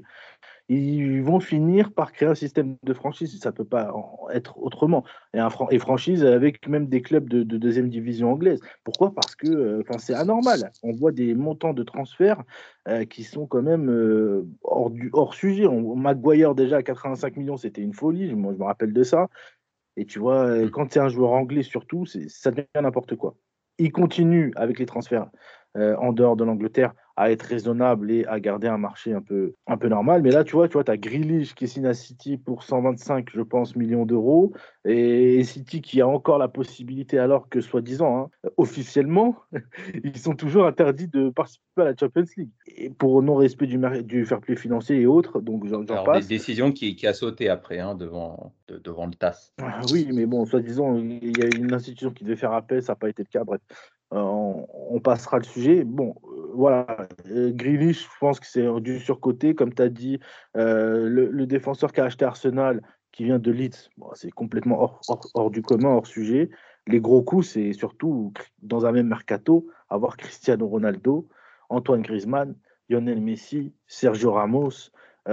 Ils vont finir par créer un système de franchise, ça ne peut pas en être autrement. Et, un fran- et franchise avec même des clubs de, de deuxième division anglaise. Pourquoi? Parce que euh, enfin, c'est anormal. On voit des montants de transferts euh, qui sont quand même euh, hors, du, hors sujet. On, Maguire déjà à quatre-vingt-cinq millions, c'était une folie, moi je me rappelle de ça. Et tu vois, euh, quand c'est un joueur anglais surtout, c'est, ça devient n'importe quoi. Il continue avec les transferts euh, en dehors de l'Angleterre à être raisonnable et à garder un marché un peu, un peu normal. Mais là, tu vois, tu vois, as Grealish qui signe à City pour cent vingt-cinq, je pense, millions d'euros. Et City qui a encore la possibilité, alors que soi-disant, hein, officiellement, ils sont toujours interdits de participer à la Champions League. Et pour non-respect du, mar- du fair play financier et autres, donc j'en j'en Alors, des passe. décisions qui, qui a sauté après, hein, devant, de- devant le T A S. Ah oui, mais bon, soi-disant, il y a une institution qui devait faire appel, ça n'a pas été le cas. Bref, Euh, on, on passera le sujet. Bon, euh, voilà. Euh, Grealish, je pense que c'est du surcoté. Comme tu as dit, euh, le, le défenseur qui a acheté Arsenal, qui vient de Leeds, bon, c'est complètement hors, hors, hors du commun, hors sujet. Les gros coups, c'est surtout dans un même mercato, avoir Cristiano Ronaldo, Antoine Griezmann, Lionel Messi, Sergio Ramos,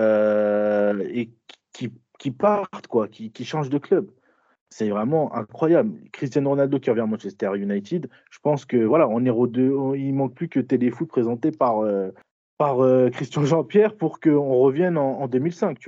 euh, et qui, qui partent, quoi, qui, qui changent de club. C'est vraiment incroyable. Cristiano Ronaldo qui revient à Manchester United, je pense que voilà, on est rodé, il manque plus que Téléfoot présenté par, euh, par euh, Christian Jean-Pierre pour qu'on revienne en, en deux mille cinq, tu vois.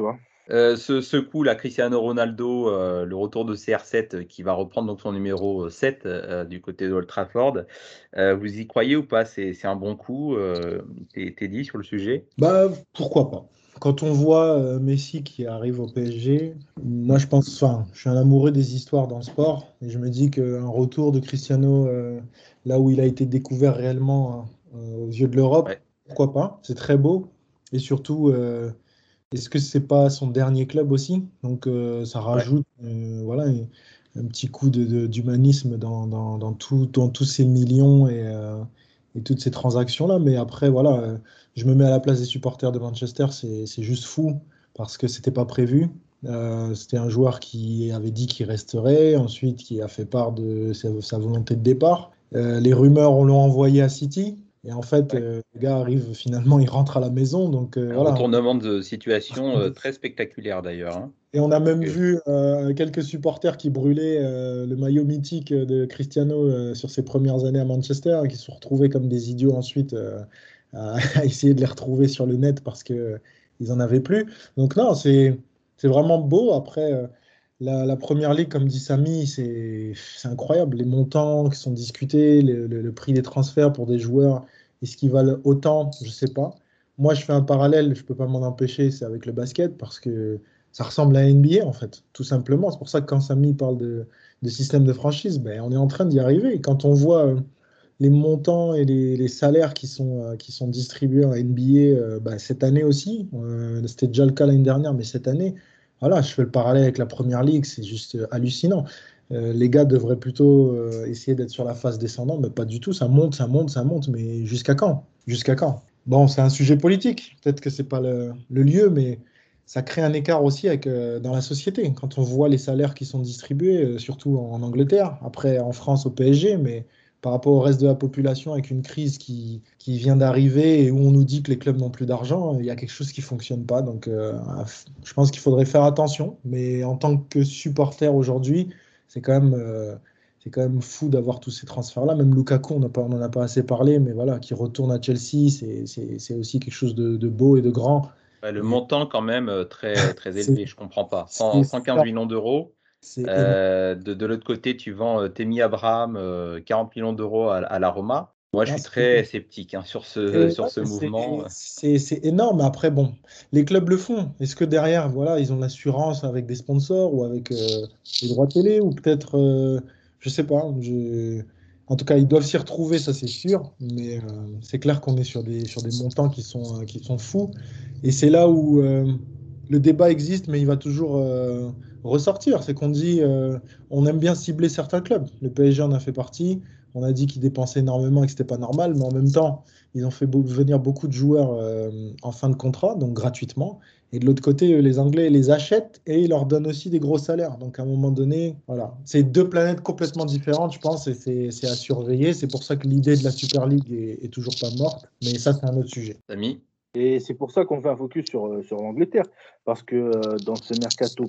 Euh, ce, ce coup, là, Cristiano Ronaldo, euh, le retour de C R sept euh, qui va reprendre donc son numéro sept euh, du côté de Old Trafford. Euh, vous y croyez ou pas? C'est, c'est un bon coup, euh, t'es, t'es dit sur le sujet? Bah, pourquoi pas? Quand on voit euh, Messi qui arrive au P S G, moi je pense, enfin, je suis un amoureux des histoires dans le sport et je me dis qu'un retour de Cristiano euh, là où il a été découvert réellement hein, euh, aux yeux de l'Europe, Ouais. pourquoi pas? C'est très beau et surtout, euh, est-ce que c'est pas son dernier club aussi? Donc euh, ça Ouais. rajoute euh, voilà, un, un petit coup de, de- d'humanisme dans, dans, dans tout, dans tous ces millions et, euh, et toutes ces transactions-là. Mais après, voilà, euh, je me mets à la place des supporters de Manchester, c'est, c'est juste fou parce que c'était pas prévu. Euh, c'était un joueur qui avait dit qu'il resterait, ensuite qui a fait part de sa, sa volonté de départ. Euh, les rumeurs, on l'a envoyé à City. Et en fait, Ouais. euh, le gars arrive finalement, il rentre à la maison. Donc euh, Un voilà. retournement de situation euh, très spectaculaire d'ailleurs. Hein. Et on a même Que- vu euh, quelques supporters qui brûlaient euh, le maillot mythique de Cristiano euh, sur ses premières années à Manchester, hein, qui se sont retrouvés comme des idiots ensuite euh, à, à essayer de les retrouver sur le net parce que euh, ils en avaient plus. Donc non, c'est c'est vraiment beau. Après, euh, la, la première ligue, comme dit Samy, c'est c'est incroyable. Les montants qui sont discutés, le, le- le prix des transferts pour des joueurs, est-ce qu'ils valent autant? Je sais pas. Moi, je fais un parallèle, je peux pas m'en empêcher, c'est avec le basket parce que ça ressemble à la N B A en fait, tout simplement. C'est pour ça que quand Samy parle de, de système de franchise, ben, on est en train d'y arriver. Et quand on voit euh, les montants et les, les salaires qui sont, euh, qui sont distribués en N B A euh, ben, cette année aussi, euh, c'était déjà le cas l'année dernière, mais cette année, voilà, je fais le parallèle avec la première ligue, c'est juste euh, hallucinant. Euh, les gars devraient plutôt euh, essayer d'être sur la phase descendante, mais pas du tout. Ça monte, ça monte, ça monte, mais jusqu'à quand? Jusqu'à quand? Bon, c'est un sujet politique. Peut-être que c'est pas le, le lieu, mais ça crée un écart aussi avec, euh, dans la société. Quand on voit les salaires qui sont distribués, euh, surtout en Angleterre, après en France au P S G, mais par rapport au reste de la population, avec une crise qui, qui vient d'arriver et où on nous dit que les clubs n'ont plus d'argent, il y a quelque chose qui ne fonctionne pas. Donc, euh, je pense qu'il faudrait faire attention. Mais en tant que supporter aujourd'hui, c'est quand même, euh, c'est quand même fou d'avoir tous ces transferts-là. Même Lukaku, on n'a pas, on n'en a pas assez parlé, mais voilà, qui retourne à Chelsea, c'est, c'est, c'est aussi quelque chose de, de beau et de grand. Ouais, le Et montant quand même euh, très, très c'est élevé, je comprends pas. cent, c'est cent quinze ça, millions d'euros. c'est énorme. Euh, de, de l'autre côté, tu vends euh, Temi Abraham, euh, quarante millions d'euros à, à la Roma. Moi, je Non, suis c'est très sceptique hein, sur Et ce, ouais, sur ce c'est mouvement. c'est- c'est énorme. Après, bon, les clubs le font. Est-ce que derrière, voilà, ils ont l'assurance avec des sponsors ou avec euh, des droits télé ou peut-être, euh, je sais pas. Je... En tout cas, ils doivent s'y retrouver, ça c'est sûr. Mais euh, c'est clair qu'on est sur des, sur des montants qui sont, euh, qui sont fous. Et c'est là où euh, le débat existe, mais il va toujours euh, ressortir. C'est qu'on dit, euh, on aime bien cibler certains clubs. Le P S G en a fait partie. On a dit qu'ils dépensaient énormément et que c'était pas normal, mais en même temps. Ils ont fait beau- venir beaucoup de joueurs euh, en fin de contrat, donc gratuitement. Et de l'autre côté, eux, les Anglais les achètent et ils leur donnent aussi des gros salaires. Donc à un moment donné, voilà. C'est deux planètes complètement différentes, je pense, et c'est c'est à surveiller. C'est pour ça que l'idée de la Super League est, est toujours pas morte. Mais ça, c'est un autre sujet. Samy? Et c'est pour ça qu'on fait un focus sur, euh, sur l'Angleterre. Parce que euh, dans ce mercato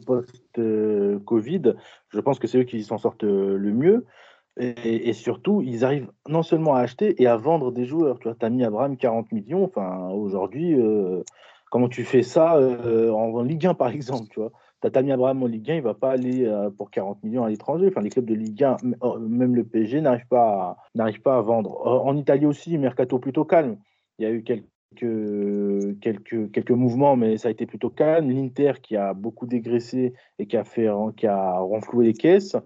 post-Covid, je pense que c'est eux qui s'en sortent euh, le mieux. Et, et surtout, ils arrivent non seulement à acheter et à vendre des joueurs. Tu vois, tu as mis Abraham quarante millions. Enfin, aujourd'hui, euh, comment tu fais ça euh, en, en Ligue un, par exemple, tu vois? Tu as Tammy Abraham en Ligue un, il ne va pas aller euh, pour quarante millions à l'étranger. Enfin, les clubs de Ligue un, m- euh, même le P S G, n'arrivent pas à, n'arrivent pas à vendre. En en Italie aussi, mercato plutôt calme. Il y a eu quelques, quelques, quelques mouvements, mais ça a été plutôt calme. L'Inter qui a beaucoup dégraissé et qui a, fait, qui a renfloué les caisses.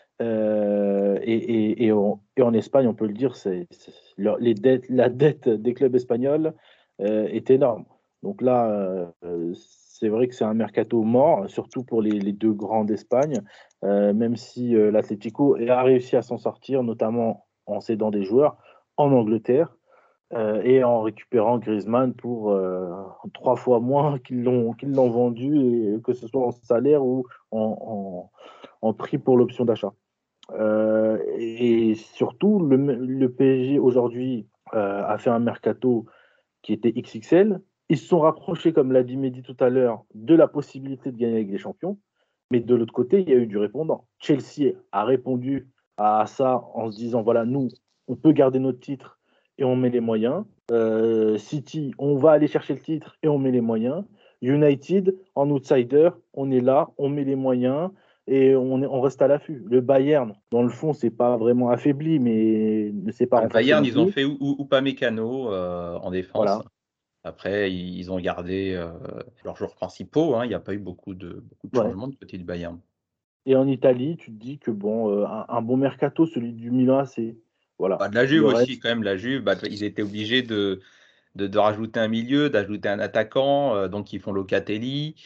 Euh, et, et, et, en, et, en, Espagne, on peut le dire, c'est, c'est, les dettes, la dette des clubs espagnols euh, est énorme. Donc là, euh, c'est vrai que c'est un mercato mort, surtout pour les, les deux grands d'Espagne, euh, même si euh, l'Atlético a réussi à s'en sortir, notamment en cédant des joueurs en Angleterre euh, et en récupérant Griezmann pour euh, trois fois moins qu'ils l'ont, qu'ils l'ont vendu, et que ce soit en salaire ou en, en, en prix pour l'option d'achat. Euh, et surtout, le, le P S G aujourd'hui euh, a fait un mercato qui était X X L. Ils se sont rapprochés, comme l'a dit Mehdi tout à l'heure, de la possibilité de gagner avec les champions. Mais de l'autre côté, il y a eu du répondant. Chelsea a répondu à ça en se disant, voilà, nous, on peut garder notre titre et on met les moyens. Euh, City, on va aller chercher le titre et on met les moyens. United, en outsider, on est là, on met les moyens et on, est, on reste à l'affût. Le Bayern, dans le fond, c'est pas vraiment affaibli, mais ne s'est pas Le renforcé Bayern, non ils ont plus. fait ou, ou, Upamecano euh, en défense. Voilà. Après, ils ont gardé euh, leurs joueurs principaux. Hein. Il n'y a pas eu beaucoup de, beaucoup de Ouais. changements du côté du Bayern. Et en Italie, tu te dis que bon, euh, un, un bon mercato, celui du Milan, c'est voilà. Bah, de la Juve Le aussi, reste, quand même. La Juve, bah, ils étaient obligés de, de, de rajouter un milieu, d'ajouter un attaquant. euh, donc, ils font Locatelli.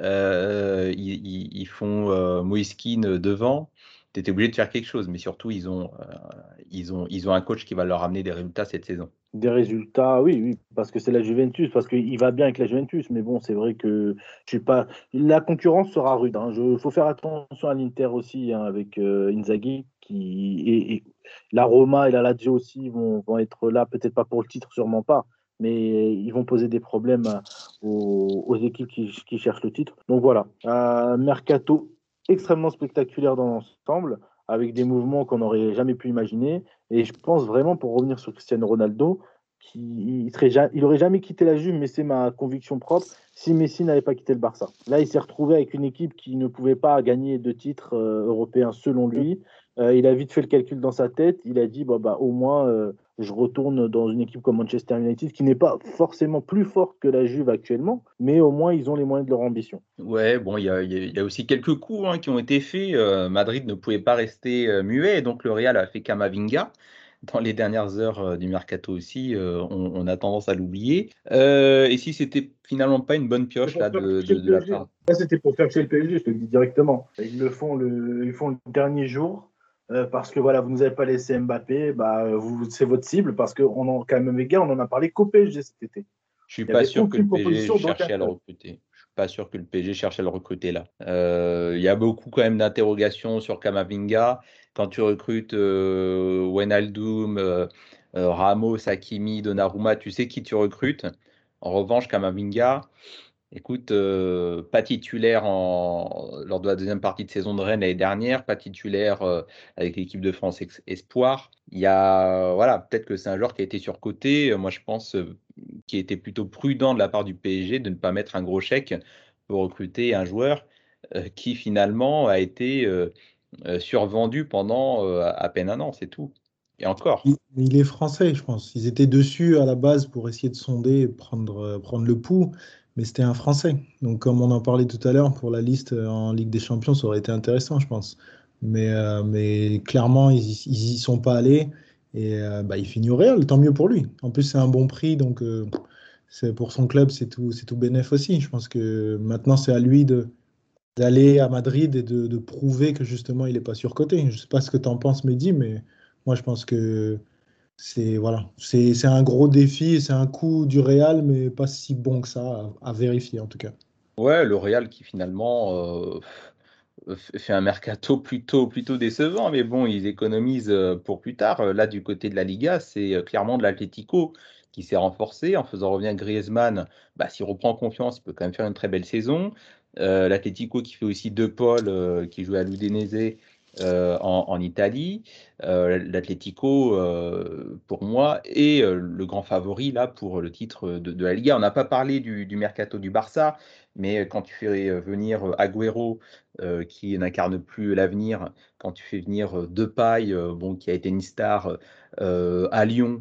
Euh, ils, ils, ils font euh, Moïskine devant. Tu étais obligé de faire quelque chose. Mais surtout, ils ont, euh, ils, ont, ils ont un coach qui va leur amener des résultats cette saison. des résultats, oui, oui, parce que c'est la Juventus, parce qu'il va bien avec la Juventus, mais bon, c'est vrai que je suis pas. La concurrence sera rude. Il hein. faut faire attention à l'Inter aussi, hein, avec euh, Inzaghi, qui et, et la Roma et la Lazio aussi vont, vont être là, peut-être pas pour le titre, sûrement pas, mais ils vont poser des problèmes aux, aux équipes qui, qui cherchent le titre. Donc voilà, un mercato extrêmement spectaculaire dans l'ensemble, avec des mouvements qu'on n'aurait jamais pu imaginer. Et je pense vraiment, pour revenir sur Cristiano Ronaldo, qu'il serait ja- il aurait jamais quitté la Juve, mais c'est ma conviction propre, si Messi n'avait pas quitté le Barça. Là, il s'est retrouvé avec une équipe qui ne pouvait pas gagner de titres euh, européens selon lui. Euh, il a vite fait le calcul dans sa tête. Il a dit, bah, bah, au moins, euh, je retourne dans une équipe comme Manchester United, qui n'est pas forcément plus forte que la Juve actuellement, mais au moins, ils ont les moyens de leur ambition. Ouais, bon, il y a, il y a- il y a aussi quelques coups hein, qui ont été faits. Euh, Madrid ne pouvait pas rester euh, muet, donc le Real a fait Camavinga. Dans les dernières heures euh, du mercato aussi, euh, on, on a tendance à l'oublier. Euh, et si c'était finalement pas une bonne pioche là de, de, de la part. Ça, c'était pour faire chez le P S G, je te le dis directement. Ils le font le, ils font le dernier jour euh, parce que voilà, vous nous avez pas laissé Mbappé, bah, vous, c'est votre cible parce qu'on en, quand même, les gars, on en a parlé qu'au P S G cet été. Je suis Il n'y pas avait sûr que le aucune P S G proposition d'aucun cherchait à le club. recruter. Je suis pas sûr que le P S G cherche à le recruter là. Euh, Il y a beaucoup quand même d'interrogations sur Camavinga. Quand tu recrutes euh, Wijnaldum, euh, euh, Ramos, Hakimi, Donnarumma, tu sais qui tu recrutes. En revanche, Camavinga, écoute, euh, pas titulaire en, lors de la deuxième partie de saison de Rennes l'année dernière, pas titulaire euh, avec l'équipe de France ex- Espoir. Il y a, voilà, peut-être que c'est un joueur qui a été surcoté. Moi, je pense euh, qu'il était plutôt prudent de la part du P S G de ne pas mettre un gros chèque pour recruter un joueur euh, qui finalement a été euh, euh, survendu pendant euh, à peine un an, c'est tout. Et encore. Il, il est français, je pense. Ils étaient dessus à la base pour essayer de sonder, et prendre, euh, prendre le pouls, mais c'était un Français. Donc, comme on en parlait tout à l'heure, pour la liste euh, en Ligue des Champions, ça aurait été intéressant, je pense. Mais, euh, mais clairement, ils y- ils y sont pas allés. Et euh, bah, il finit au Real, tant mieux pour lui. En plus, c'est un bon prix, donc euh, c'est, pour son club, c'est tout, c'est tout bénef aussi. Je pense que maintenant, c'est à lui de, d'aller à Madrid et de, de prouver que justement, il n'est pas surcoté. Je ne sais pas ce que tu en penses, Mehdi, mais moi, je pense que c'est voilà, c'est c'est un gros défi, c'est un coup du Real, mais pas si bon que ça à, à vérifier en tout cas. Ouais, le Real qui finalement euh, f- fait un mercato plutôt, plutôt décevant, mais bon, ils économisent euh, pour plus tard. Euh, Là, du côté de la Liga, c'est euh, clairement de l'Atlético qui s'est renforcé en faisant revenir Griezmann. Bah, s'il reprend confiance, il peut quand même faire une très belle saison. Euh, L'Atlético qui fait aussi deux Paul, euh, qui joue à l'Udinese euh, en, en Italie. Euh, L'Atlético, euh, pour moi, est euh, le grand favori là pour le titre de, de la Liga. On n'a pas parlé du, du mercato du Barça, mais quand tu fais euh, venir Agüero, euh, qui n'incarne plus l'avenir, quand tu fais venir euh, Depay, euh, bon, qui a été une star euh, à Lyon,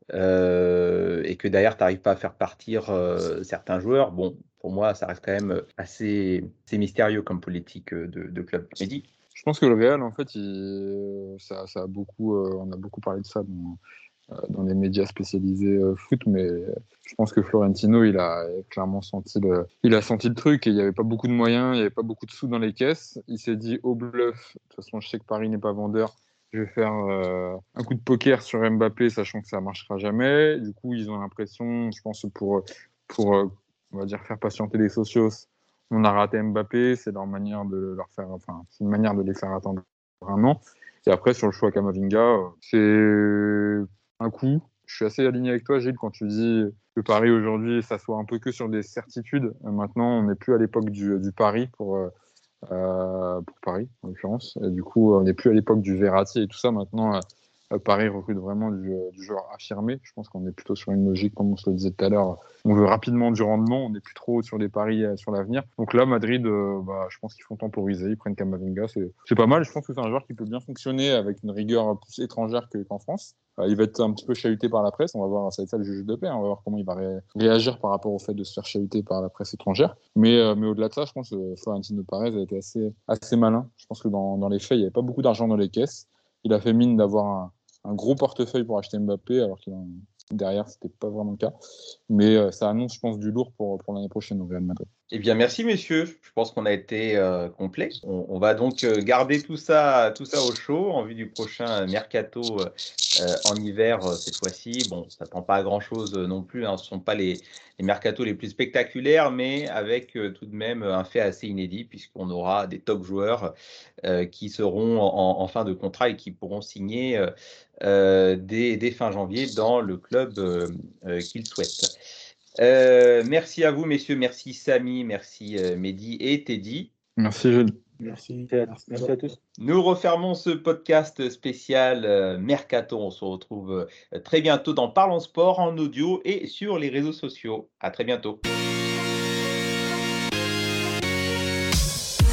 euh, et que derrière, tu n'arrives pas à faire partir euh, certains joueurs, bon, pour moi, ça reste quand même assez, assez mystérieux comme politique euh, de, de club. Mehdi? Je pense que le Real, en fait, il... ça, ça a beaucoup, euh, on a beaucoup parlé de ça dans, euh, dans les médias spécialisés euh, foot, mais je pense que Florentino, il a clairement senti le, il a senti le truc et il n'y avait pas beaucoup de moyens, il n'y avait pas beaucoup de sous dans les caisses. Il s'est dit au bluff, de toute façon, je sais que Paris n'est pas vendeur. Je vais faire euh, un coup de poker sur Mbappé, sachant que ça ne marchera jamais. Du coup, ils ont l'impression, je pense, pour, pour euh, on va dire, faire patienter les socios, on a raté Mbappé, c'est leur manière de leur faire, enfin, c'est une manière de les faire attendre un an. Et après, sur le choix Camavinga, c'est un coup. Je suis assez aligné avec toi, Gilles, quand tu dis que Paris aujourd'hui, ça soit un peu que sur des certitudes. Maintenant, on n'est plus à l'époque du, du pari pour, euh, pour Paris, en l'occurrence. Et du coup, on n'est plus à l'époque du Verratti et tout ça. Maintenant, Euh, Paris recrute vraiment du, euh, du joueur affirmé. Je pense qu'on est plutôt sur une logique, comme on se le disait tout à l'heure. On veut rapidement du rendement, on n'est plus trop sur les paris euh, sur l'avenir. Donc là, Madrid, euh, bah, je pense qu'ils font temporiser, ils prennent Camavinga, c'est, c'est pas mal. Je pense que c'est un joueur qui peut bien fonctionner avec une rigueur plus étrangère que, qu'en France. Euh, il va être un petit peu chahuté par la presse, on va voir, ça va être ça le juge de paix, hein. On va voir comment il va ré- réagir par rapport au fait de se faire chahuter par la presse étrangère. Mais, euh, mais au-delà de ça, je pense que Florentino Pérez a été assez, assez malin. Je pense que dans, dans les faits, il n'y avait pas beaucoup d'argent dans les caisses. Il a fait mine d'avoir un, un gros portefeuille pour acheter Mbappé, alors qu'il en, derrière, c'était pas vraiment le cas. Mais euh, ça annonce, je pense, du lourd pour, pour l'année prochaine au Real Madrid. Eh bien, merci messieurs. Je pense qu'on a été euh, complet. On, on va donc euh, garder tout ça, tout ça au chaud en vue du prochain mercato euh, en hiver euh, cette fois-ci. Bon, ça ne tend pas à grand-chose euh, non plus, hein. Ce ne sont pas les, les mercatos les plus spectaculaires, mais avec euh, tout de même un fait assez inédit puisqu'on aura des top joueurs euh, qui seront en, en fin de contrat et qui pourront signer euh, euh, dès, dès fin janvier dans le club euh, euh, qu'ils souhaitent. Euh, merci à vous, messieurs. Merci Samy, merci euh, Mehdi et Teddy. Merci, Jules. Merci. Merci, merci à tous. Nous refermons ce podcast spécial euh, Mercato. On se retrouve euh, très bientôt dans Parlons Sport en audio et sur les réseaux sociaux. À très bientôt.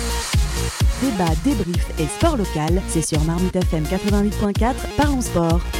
Débat, débrief et sport local, c'est sur Marmite F M quatre-vingt-huit point quatre, Parlons Sport.